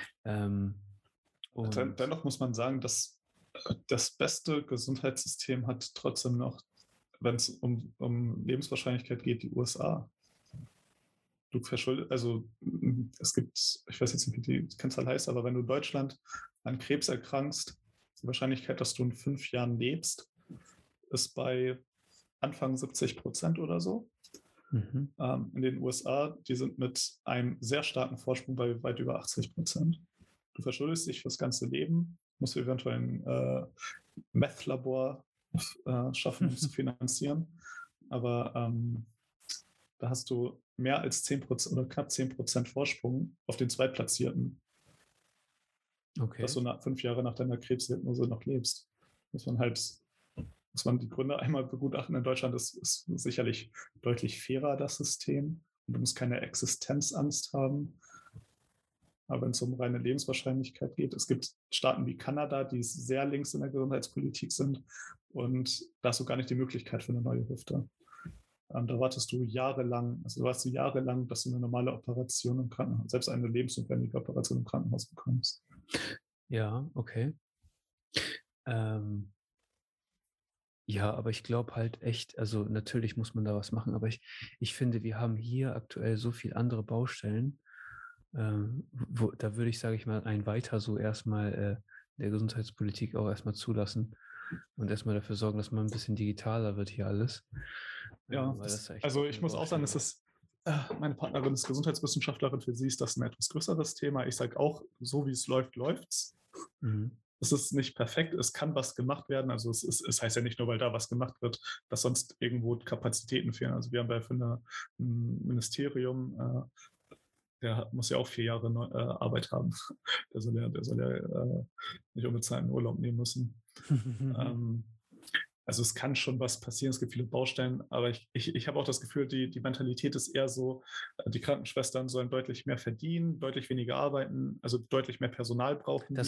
Dennoch muss man sagen, dass das beste Gesundheitssystem hat trotzdem noch, wenn es um Lebenswahrscheinlichkeit geht, die USA. Du verschuldest, also es gibt, ich weiß jetzt nicht, wie die Kennzahl heißt, aber wenn du in Deutschland an Krebs erkrankst, die Wahrscheinlichkeit, dass du in 5 Jahren lebst, ist bei Anfang 70% oder so. In den USA, die sind mit einem sehr starken Vorsprung bei weit über 80%. Du verschuldest dich fürs ganze Leben, musst du eventuell ein Meth-Labor schaffen, um es zu finanzieren. Aber da hast du mehr als 10% oder knapp 10% Vorsprung auf den Zweitplatzierten. Okay. Dass du 5 Jahre nach deiner Krebsdiagnose noch lebst. Muss man die Gründe einmal begutachten. In Deutschland ist sicherlich deutlich fairer, das System. Und du musst keine Existenzangst haben. Aber wenn es um reine Lebenswahrscheinlichkeit geht, es gibt Staaten wie Kanada, die sehr links in der Gesundheitspolitik sind, und da hast du gar nicht die Möglichkeit für eine neue Hüfte. Da wartest du jahrelang, dass du eine normale Operation im Krankenhaus, selbst eine lebensnotwendige Operation im Krankenhaus bekommst. Ja, okay. Ja, aber ich glaube halt echt, also natürlich muss man da was machen, aber ich finde, wir haben hier aktuell so viele andere Baustellen, da würde ich, sage ich mal, ein weiter so erstmal der Gesundheitspolitik auch erstmal zulassen und erstmal dafür sorgen, dass man ein bisschen digitaler wird hier alles. Ja, also ich muss auch sagen, meine Partnerin ist Gesundheitswissenschaftlerin, für sie ist das ein etwas größeres Thema. Ich sage auch, so wie es läuft, läuft's. Es ist nicht perfekt, es kann was gemacht werden. Also es heißt ja nicht nur, weil da was gemacht wird, dass sonst irgendwo Kapazitäten fehlen. Also wir haben für ein Ministerium, der muss ja auch 4 Jahre Arbeit haben. Der soll ja nicht unbezahlten Urlaub nehmen müssen. Also es kann schon was passieren, es gibt viele Baustellen, aber ich habe auch das Gefühl, die Mentalität ist eher so, die Krankenschwestern sollen deutlich mehr verdienen, deutlich weniger arbeiten, also deutlich mehr Personal brauchen. Das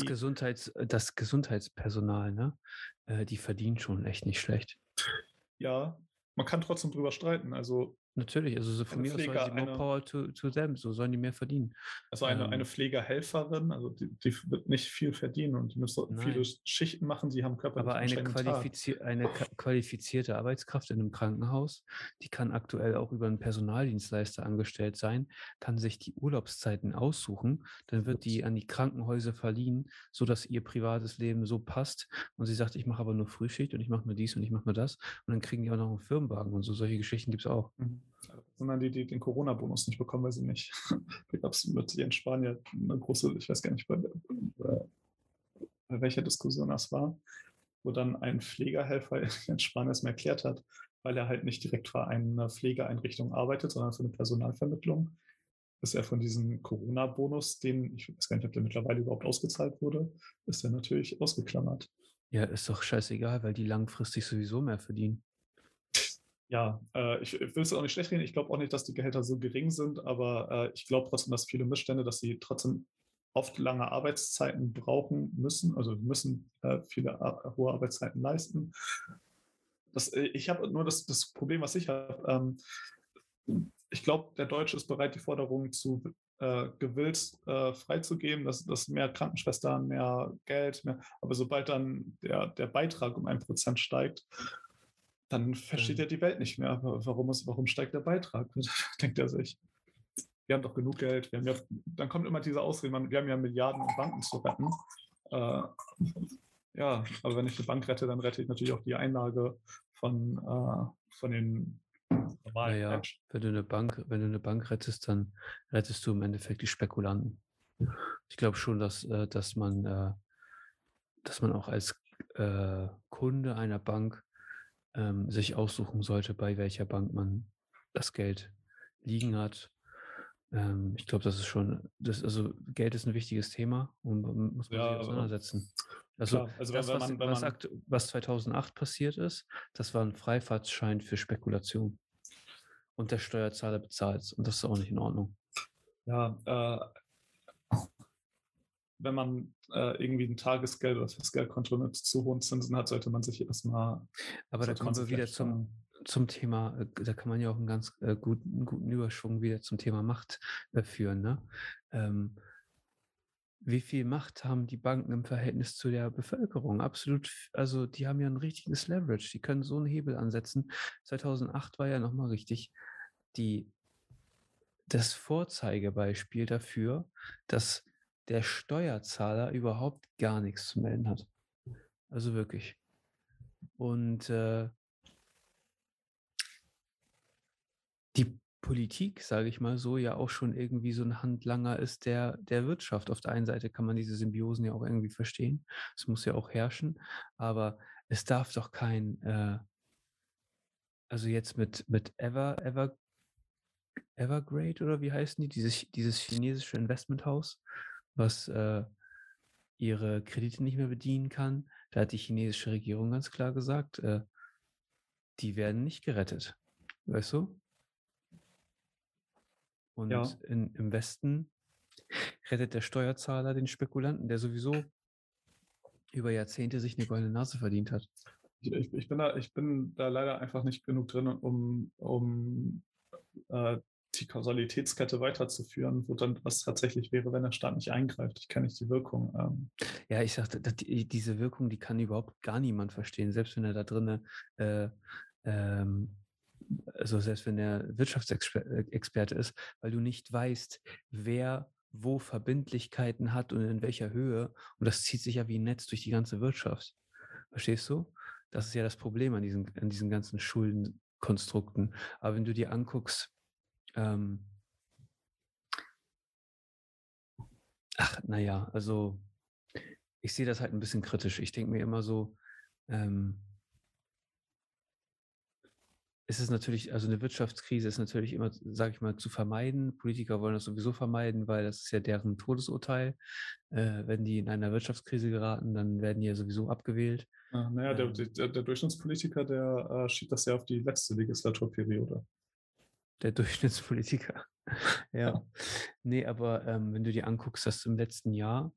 Gesundheitspersonal, ne? Die verdienen schon echt nicht schlecht. Ja, man kann trotzdem drüber streiten. Also Natürlich, also so von eine mir aus soll sie more Pfleger, power to them, so sollen die mehr verdienen. also eine Pflegehelferin, also die wird nicht viel verdienen und die müssen viele Nein. Schichten machen, sie haben körperlich Aber eine, anstrengenden Tag. qualifizierte Arbeitskraft in einem Krankenhaus, die kann aktuell auch über einen Personaldienstleister angestellt sein, kann sich die Urlaubszeiten aussuchen, dann wird die an die Krankenhäuser verliehen, sodass ihr privates Leben so passt und sie sagt, ich mache aber nur Frühschicht und ich mache nur dies und ich mache nur das und dann kriegen die auch noch einen Firmenwagen und so. Solche Geschichten gibt es auch. Sondern die den Corona-Bonus nicht bekommen, weil sie nicht. Da gab es mit Jens Spahn eine große, ich weiß gar nicht, bei welcher Diskussion das war, wo dann ein Pflegehelfer Jens Spahn erstmal erklärt hat, weil er halt nicht direkt für eine Pflegeeinrichtung arbeitet, sondern für eine Personalvermittlung, ist er von diesem Corona-Bonus, den, ich weiß gar nicht, ob der mittlerweile überhaupt ausgezahlt wurde, ist er natürlich ausgeklammert. Ja, ist doch scheißegal, weil die langfristig sowieso mehr verdienen. Ja, ich will es auch nicht schlecht reden. Ich glaube auch nicht, dass die Gehälter so gering sind, aber ich glaube trotzdem, dass viele Missstände, dass sie trotzdem oft lange Arbeitszeiten brauchen müssen, also müssen viele hohe Arbeitszeiten leisten. Ich habe nur das Problem, was ich habe. Ich glaube, der Deutsche ist bereit, die Forderungen zu gewillt freizugeben, dass mehr Krankenschwestern, mehr Geld, mehr, aber sobald dann der Beitrag um 1% steigt, dann versteht er die Welt nicht mehr. Warum steigt der Beitrag? Denkt er sich. Wir haben doch genug Geld. Dann kommt immer diese Ausrede, wir haben ja Milliarden, um Banken zu retten. Ja, aber wenn ich eine Bank rette, dann rette ich natürlich auch die Einlage von den normalen Naja, Menschen. wenn du eine Bank rettest, dann rettest du im Endeffekt die Spekulanten. Ich glaube schon, dass man auch als Kunde einer Bank sich aussuchen sollte, bei welcher Bank man das Geld liegen hat. Ich glaube, das ist schon, also Geld ist ein wichtiges Thema und muss man sich auseinandersetzen. Also klar, also das, wenn man was 2008 passiert ist, das war ein Freifahrtschein für Spekulation. Und der Steuerzahler bezahlt es. Und das ist auch nicht in Ordnung. ja, wenn man irgendwie ein Tagesgeld oder Festgeldkonto mit zu hohen Zinsen hat, sollte man sich erstmal. Aber da kommen wir wieder zum Thema, da kann man ja auch einen ganz guten Überschwung wieder zum Thema Macht führen. Ne? Wie viel Macht haben die Banken im Verhältnis zu der Bevölkerung? Absolut, also die haben ja ein richtiges Leverage, die können so einen Hebel ansetzen. 2008 war ja nochmal richtig das Vorzeigebeispiel dafür, dass der Steuerzahler überhaupt gar nichts zu melden hat. Also wirklich. Und die Politik, sage ich mal so, ja auch schon irgendwie so ein Handlanger ist der Wirtschaft. Auf der einen Seite kann man diese Symbiosen ja auch irgendwie verstehen. Es muss ja auch herrschen, aber es darf doch also jetzt mit Evergrande oder wie heißen die, dieses chinesische Investmenthaus, was ihre Kredite nicht mehr bedienen kann. Da hat die chinesische Regierung ganz klar gesagt, die werden nicht gerettet. Weißt du? Und Ja. im Westen rettet der Steuerzahler den Spekulanten, der sowieso über Jahrzehnte sich eine goldene Nase verdient hat. Ich bin da leider einfach nicht genug drin, um die Kausalitätskette weiterzuführen, wo dann was tatsächlich wäre, wenn der Staat nicht eingreift. Ich kenne nicht die Wirkung. Ja, ich sagte, diese Wirkung, die kann überhaupt gar niemand verstehen, selbst wenn er da drinne, also selbst wenn er Wirtschaftsexperte ist, weil du nicht weißt, wer wo Verbindlichkeiten hat und in welcher Höhe. Und das zieht sich ja wie ein Netz durch die ganze Wirtschaft. Verstehst du? Das ist ja das Problem an diesen ganzen Schuldenkonstrukten. Aber wenn du dir anguckst, naja, also ich sehe das halt ein bisschen kritisch. Ich denke mir immer so, es ist natürlich, also eine Wirtschaftskrise ist natürlich immer, sage ich mal, zu vermeiden. Politiker wollen das sowieso vermeiden, weil das ist ja deren Todesurteil. Wenn die in einer Wirtschaftskrise geraten, dann werden die ja sowieso abgewählt. Naja, der Durchschnittspolitiker, der schiebt das ja auf die letzte Legislaturperiode. Der Durchschnittspolitiker. Ja. Nee, aber wenn du dir anguckst, dass im letzten Jahr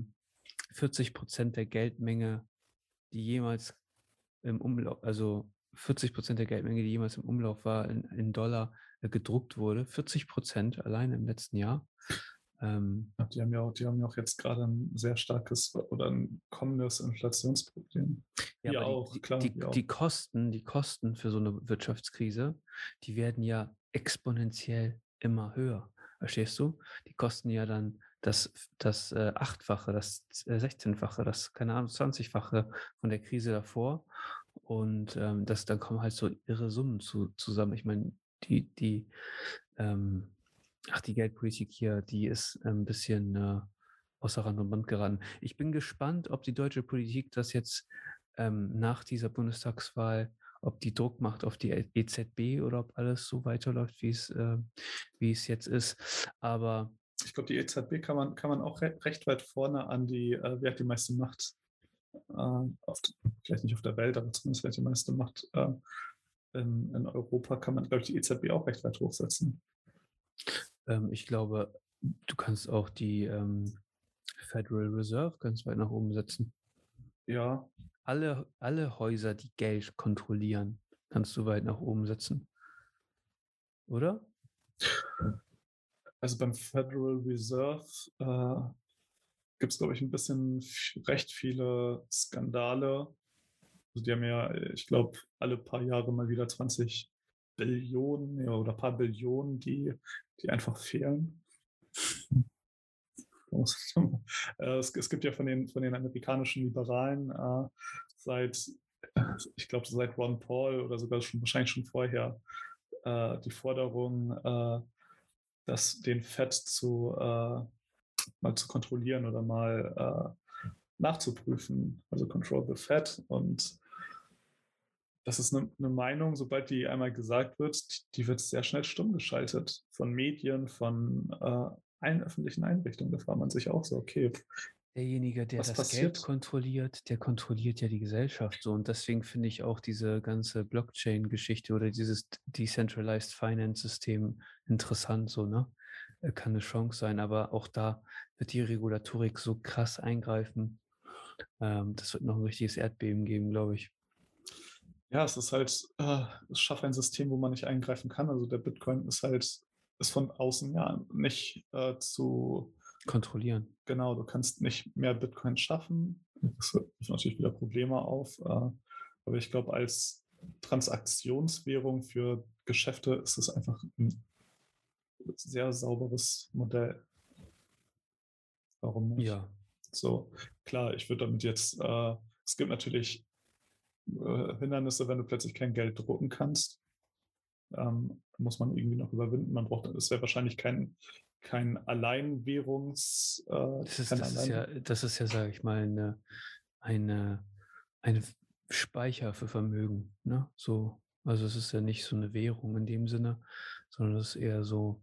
40% der Geldmenge, die jemals im Umlauf, also 40% der Geldmenge, die jemals im Umlauf war, in Dollar gedruckt wurde. 40% allein im letzten Jahr. Die haben ja auch jetzt gerade ein sehr starkes oder ein kommendes Inflationsproblem. Ja, Wir aber auch, klar. Wir auch. die Kosten für so eine Wirtschaftskrise, die werden ja exponentiell immer höher. Verstehst du? Die kosten ja dann das 8-fache, das 16-fache, das, keine Ahnung, 20-fache von der Krise davor. Und dann kommen halt so irre Summen zusammen. Ich meine, die Geldpolitik hier, die ist ein bisschen außer Rand und Band geraten. Ich bin gespannt, ob die deutsche Politik das jetzt nach dieser Bundestagswahl, ob die Druck macht auf die EZB oder ob alles so weiterläuft, wie es jetzt ist. Aber ich glaube, die EZB kann man auch recht weit vorne an wer hat die meiste Macht? Vielleicht nicht auf der Welt, aber zumindest wer hat die meiste Macht in Europa, kann man, glaube ich, die EZB auch recht weit hochsetzen. Ich glaube, du kannst auch die Federal Reserve ganz weit nach oben setzen. Ja. Alle Häuser, die Geld kontrollieren, kannst du weit nach oben setzen. Oder? Also beim Federal Reserve gibt es, glaube ich, ein bisschen recht viele Skandale. Also die haben ja, ich glaube, alle paar Jahre mal wieder 20 Billionen oder ein paar Billionen, die einfach fehlen. Es gibt ja von den amerikanischen Liberalen ich glaube, seit Ron Paul oder sogar wahrscheinlich schon vorher die Forderung, den Fed mal zu kontrollieren oder mal nachzuprüfen, also Control the Fed. Und das ist eine Meinung, sobald die einmal gesagt wird, die wird sehr schnell stumm geschaltet von Medien, von allen öffentlichen Einrichtungen. Da fragt man sich auch so, okay, derjenige, der was das passiert? Geld kontrolliert, der kontrolliert ja die Gesellschaft so. Und deswegen finde ich auch diese ganze Blockchain-Geschichte oder dieses Decentralized Finance-System interessant, so, ne? Kann eine Chance sein, aber auch da wird die Regulatorik so krass eingreifen. Das wird noch ein richtiges Erdbeben geben, glaube ich. Ja, es ist halt, es schafft ein System, wo man nicht eingreifen kann. Also der Bitcoin ist von außen ja nicht zu kontrollieren. Genau, du kannst nicht mehr Bitcoin schaffen. Das wirft natürlich wieder Probleme auf. Aber ich glaube, als Transaktionswährung für Geschäfte ist es einfach ein sehr sauberes Modell. Warum nicht? Ja. So, klar, ich würde damit jetzt, es gibt natürlich Hindernisse, wenn du plötzlich kein Geld drucken kannst. Muss man irgendwie noch überwinden. Es wäre wahrscheinlich kein Alleinwährungs. Das ist ja, sage ich mal, eine Speicher für Vermögen. Ne? So, also es ist ja nicht so eine Währung in dem Sinne, sondern es ist eher so,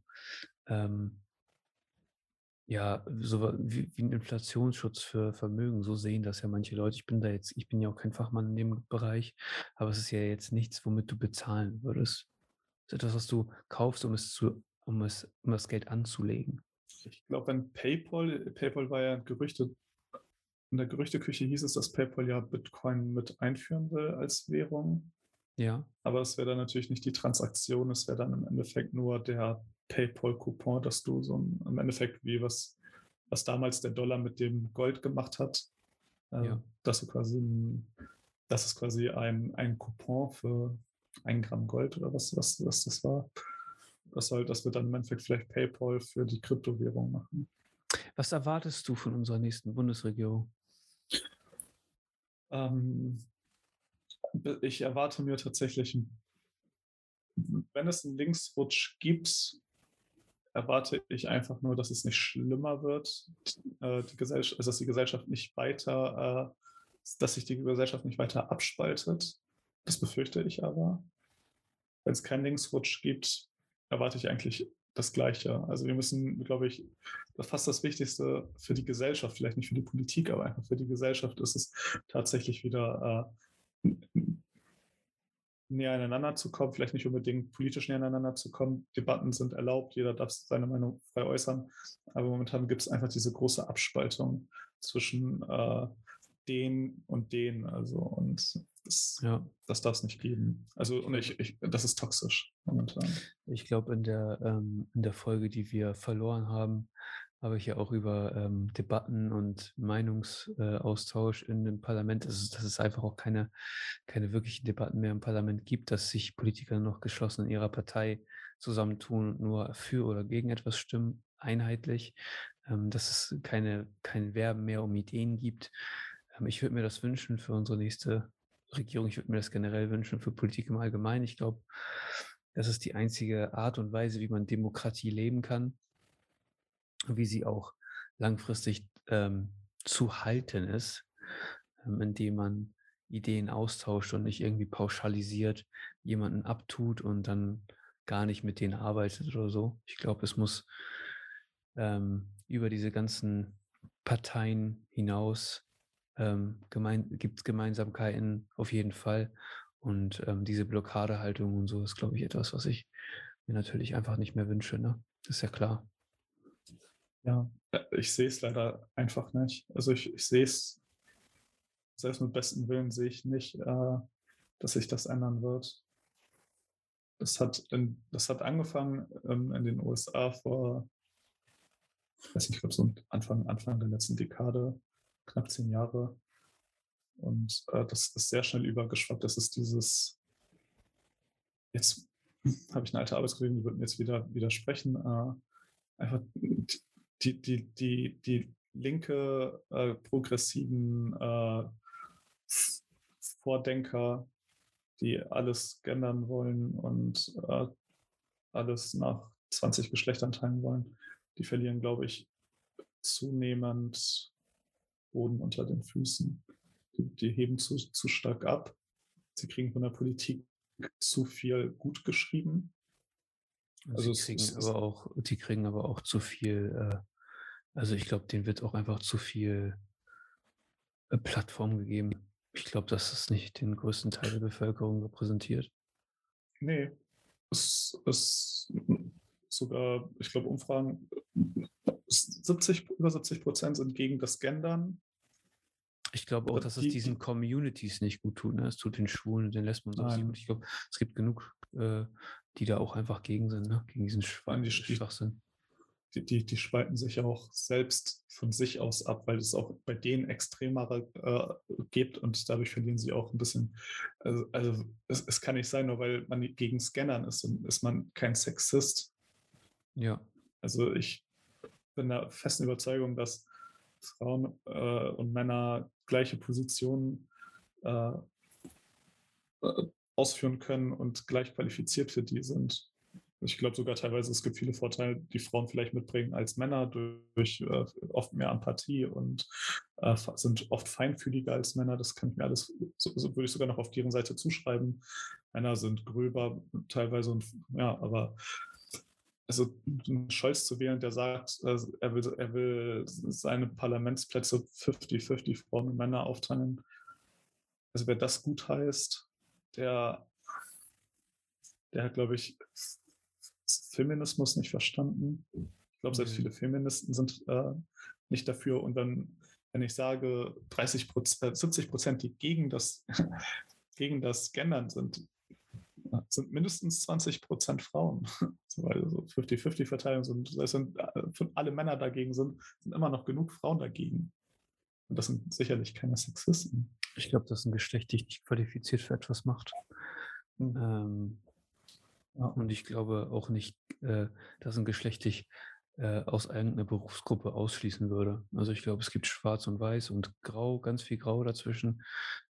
ja, so wie ein Inflationsschutz für Vermögen. So sehen das ja manche Leute. Ich bin ja auch kein Fachmann in dem Bereich, aber es ist ja jetzt nichts, womit du bezahlen würdest. Es ist etwas, was du kaufst, um das Geld anzulegen. Ich glaube, wenn PayPal war ja in der Gerüchteküche hieß es, dass PayPal ja Bitcoin mit einführen will als Währung. Ja. Aber es wäre dann natürlich nicht die Transaktion, es wäre dann im Endeffekt nur der PayPal-Coupon, dass du im Endeffekt wie was damals der Dollar mit dem Gold gemacht hat, dass es quasi ein Coupon für 1 Gramm Gold oder was das war. Das wird dann im Endeffekt vielleicht PayPal für die Kryptowährung machen. Was erwartest du von unserer nächsten Bundesregierung? Ich erwarte mir tatsächlich, wenn es einen Linksrutsch gibt, erwarte ich einfach nur, dass es nicht schlimmer wird, dass die Gesellschaft nicht weiter, dass sich die Gesellschaft nicht weiter abspaltet. Das befürchte ich aber. Wenn es keinen Linksrutsch gibt, erwarte ich eigentlich das Gleiche. Also wir müssen, glaube ich, fast das Wichtigste für die Gesellschaft, vielleicht nicht für die Politik, aber einfach für die Gesellschaft ist es tatsächlich wieder näher aneinander zu kommen, vielleicht nicht unbedingt politisch näher aneinander zu kommen. Debatten sind erlaubt, jeder darf seine Meinung frei äußern. Aber momentan gibt es einfach diese große Abspaltung zwischen den und den. Also, und Ja, das darf es nicht geben. Also, und das ist toxisch momentan. ich glaube, in der Folge, die wir verloren haben, habe ich ja auch über Debatten und Meinungsaustausch in dem Parlament, dass es einfach auch keine wirklichen Debatten mehr im Parlament gibt, dass sich Politiker noch geschlossen in ihrer Partei zusammentun und nur für oder gegen etwas stimmen, einheitlich, dass es kein Werben mehr um Ideen gibt. Ich würde mir das wünschen für unsere nächste Regierung. Ich würde mir das generell wünschen für Politik im Allgemeinen. Ich glaube, das ist die einzige Art und Weise, wie man Demokratie leben kann, wie sie auch langfristig zu halten ist, indem man Ideen austauscht und nicht irgendwie pauschalisiert jemanden abtut und dann gar nicht mit denen arbeitet oder so. Ich glaube, es muss über diese ganzen Parteien hinaus gibt es Gemeinsamkeiten auf jeden Fall. Und diese Blockadehaltung und so ist, glaube ich, etwas, was ich mir natürlich einfach nicht mehr wünsche. Ne? Das ist ja klar. Ja, ich sehe es leider einfach nicht. Also ich sehe es, selbst mit bestem Willen sehe ich nicht, dass sich das ändern wird. Das hat angefangen in den USA vor, ich weiß nicht, ich glaube so Anfang der letzten Dekade, knapp 10 Jahre. Und das ist sehr schnell übergeschwappt. Das ist dieses, jetzt habe ich eine alte Arbeitskollegin, die wird mir jetzt wieder widersprechen, einfach die linke progressiven Vordenker, die alles gendern wollen und alles nach 20 Geschlechtern teilen wollen, die verlieren, glaube ich, zunehmend Boden unter den Füßen. Die heben zu stark ab. Sie kriegen von der Politik zu viel gut geschrieben. Also Die kriegen aber auch zu viel, also ich glaube, denen wird auch einfach zu viel Plattform gegeben. Ich glaube, dass es nicht den größten Teil der Bevölkerung repräsentiert. nee, es ist sogar, ich glaube, Umfragen, über 70% sind gegen das Gendern. Ich glaube auch, dass es diesen Communities nicht gut tut. Ne? Es tut den Schwulen und den Lesben und so nicht gut. Ich glaube, es gibt genug, die da auch einfach gegen sind, ne? Gegen diesen Schwachsinn. Die spalten sich auch selbst von sich aus ab, weil es auch bei denen extremere gibt und dadurch verlieren sie auch ein bisschen. Also es kann nicht sein, nur weil man gegen Scannern ist man kein Sexist. Ja. Also ich bin der festen Überzeugung, dass Frauen und Männer gleiche Positionen ausführen können und gleich qualifiziert für die sind. Ich glaube sogar teilweise, es gibt viele Vorteile, die Frauen vielleicht mitbringen als Männer durch oft mehr Empathie und sind oft feinfühliger als Männer. Das kann ich mir alles, so würde ich sogar noch auf deren Seite zuschreiben. Männer sind gröber teilweise und ja, aber also Scholz zu wählen, der sagt, er will seine Parlamentsplätze 50-50 Frauen und Männer aufteilen. Also wer das gut heißt, der hat, glaube ich, Feminismus nicht verstanden. Ich glaube, selbst viele Feministen sind nicht dafür. Und wenn ich sage, 70%, die gegen das Gendern sind mindestens 20% Frauen. Weil so 50-50-Verteilung sind, das sind alle Männer dagegen sind immer noch genug Frauen dagegen. Und das sind sicherlich keine Sexisten. Ich glaube, dass ein Geschlecht dich nicht qualifiziert für etwas macht. Ja. Und ich glaube auch nicht, dass ein Geschlecht dich aus irgendeiner Berufsgruppe ausschließen würde. Also ich glaube, es gibt Schwarz und Weiß und Grau, ganz viel Grau dazwischen.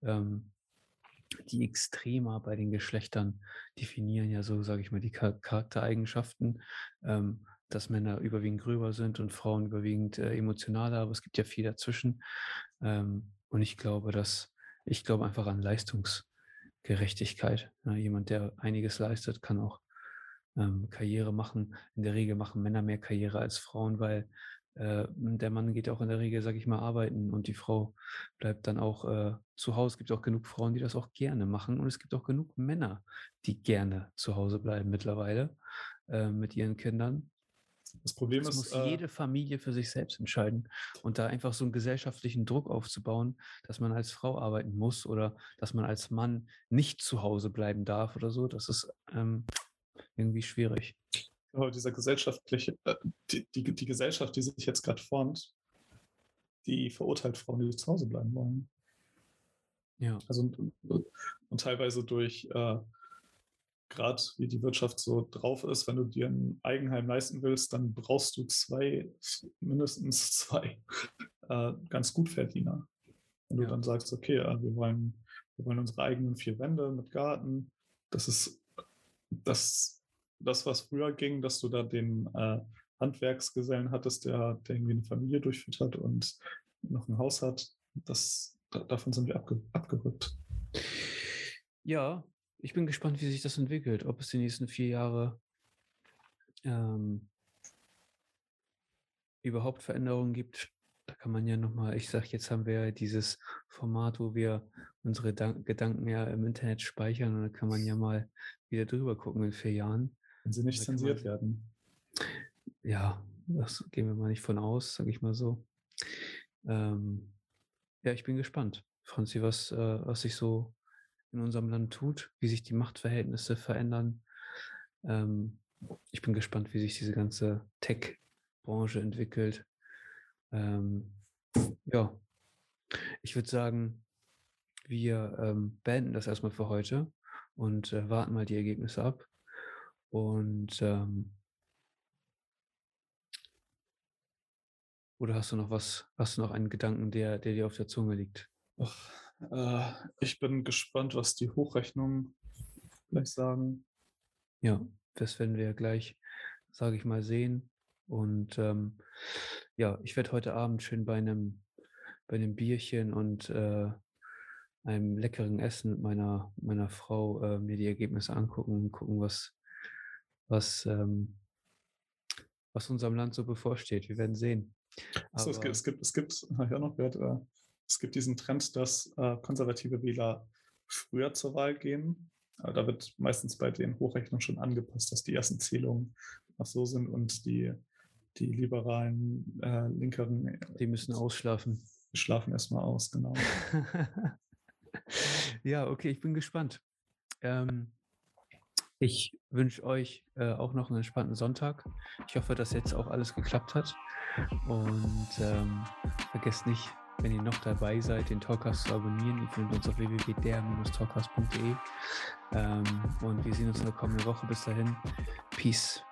Die Extremer bei den Geschlechtern definieren ja so, sage ich mal, die Charaktereigenschaften, dass Männer überwiegend gröber sind und Frauen überwiegend emotionaler, aber es gibt ja viel dazwischen. Und ich glaube einfach an Leistungsgerechtigkeit. Ja, jemand, der einiges leistet, kann auch Karriere machen. In der Regel machen Männer mehr Karriere als Frauen, weil der Mann geht auch in der Regel, sage ich mal, arbeiten und die Frau bleibt dann auch zu Hause. Es gibt auch genug Frauen, die das auch gerne machen und es gibt auch genug Männer, die gerne zu Hause bleiben mittlerweile mit ihren Kindern. Das Problem Das ist, muss jede Familie für sich selbst entscheiden. Und da einfach so einen gesellschaftlichen Druck aufzubauen, dass man als Frau arbeiten muss oder dass man als Mann nicht zu Hause bleiben darf oder so, das ist irgendwie schwierig. dieser gesellschaftliche, die Gesellschaft, die sich jetzt gerade formt, die verurteilt Frauen, die zu Hause bleiben wollen. Ja. Also und teilweise durch gerade wie die Wirtschaft so drauf ist, wenn du dir ein Eigenheim leisten willst, dann brauchst du mindestens zwei ganz gut Verdiener. Wenn du dann sagst, okay, wir wollen unsere eigenen 4 Wände mit Garten, das ist das, was früher ging, dass du da den Handwerksgesellen hattest, der irgendwie eine Familie durchführt hat und noch ein Haus hat, davon sind wir abgerückt. Ja, ich bin gespannt, wie sich das entwickelt, ob es die nächsten 4 Jahre überhaupt Veränderungen gibt. Da kann man ja nochmal, ich sage, jetzt haben wir dieses Format, wo wir unsere Gedanken ja im Internet speichern und dann kann man ja mal wieder drüber gucken in 4 Jahren. Wenn sie nicht zensiert werden. Ja, das gehen wir mal nicht von aus, sage ich mal so. Ja, ich bin gespannt, Franzi, was sich so in unserem Land tut, wie sich die Machtverhältnisse verändern. Ich bin gespannt, wie sich diese ganze Tech-Branche entwickelt. Ja, ich würde sagen, wir beenden das erstmal für heute und warten mal die Ergebnisse ab. Und oder hast du noch einen Gedanken, der dir auf der Zunge liegt? Ich bin gespannt, was die Hochrechnungen gleich sagen. Ja, das werden wir gleich, sage ich mal, sehen. Und ja, ich werde heute Abend schön bei einem Bierchen und einem leckeren Essen mit meiner Frau mir die Ergebnisse angucken und gucken, was unserem Land so bevorsteht. Wir werden sehen. Also es gibt diesen Trend, dass konservative Wähler früher zur Wahl gehen. Da wird meistens bei den Hochrechnungen schon angepasst, dass die ersten Zählungen noch so sind und die liberalen, linkeren, die müssen ausschlafen. Schlafen erstmal aus, genau. Ja, okay, ich bin gespannt. Ich wünsche euch auch noch einen entspannten Sonntag. Ich hoffe, dass jetzt auch alles geklappt hat. Und vergesst nicht, wenn ihr noch dabei seid, den Talkcast zu abonnieren. Ihr findet uns auf www.der-talkcast.de. Und wir sehen uns in der kommenden Woche. Bis dahin. Peace.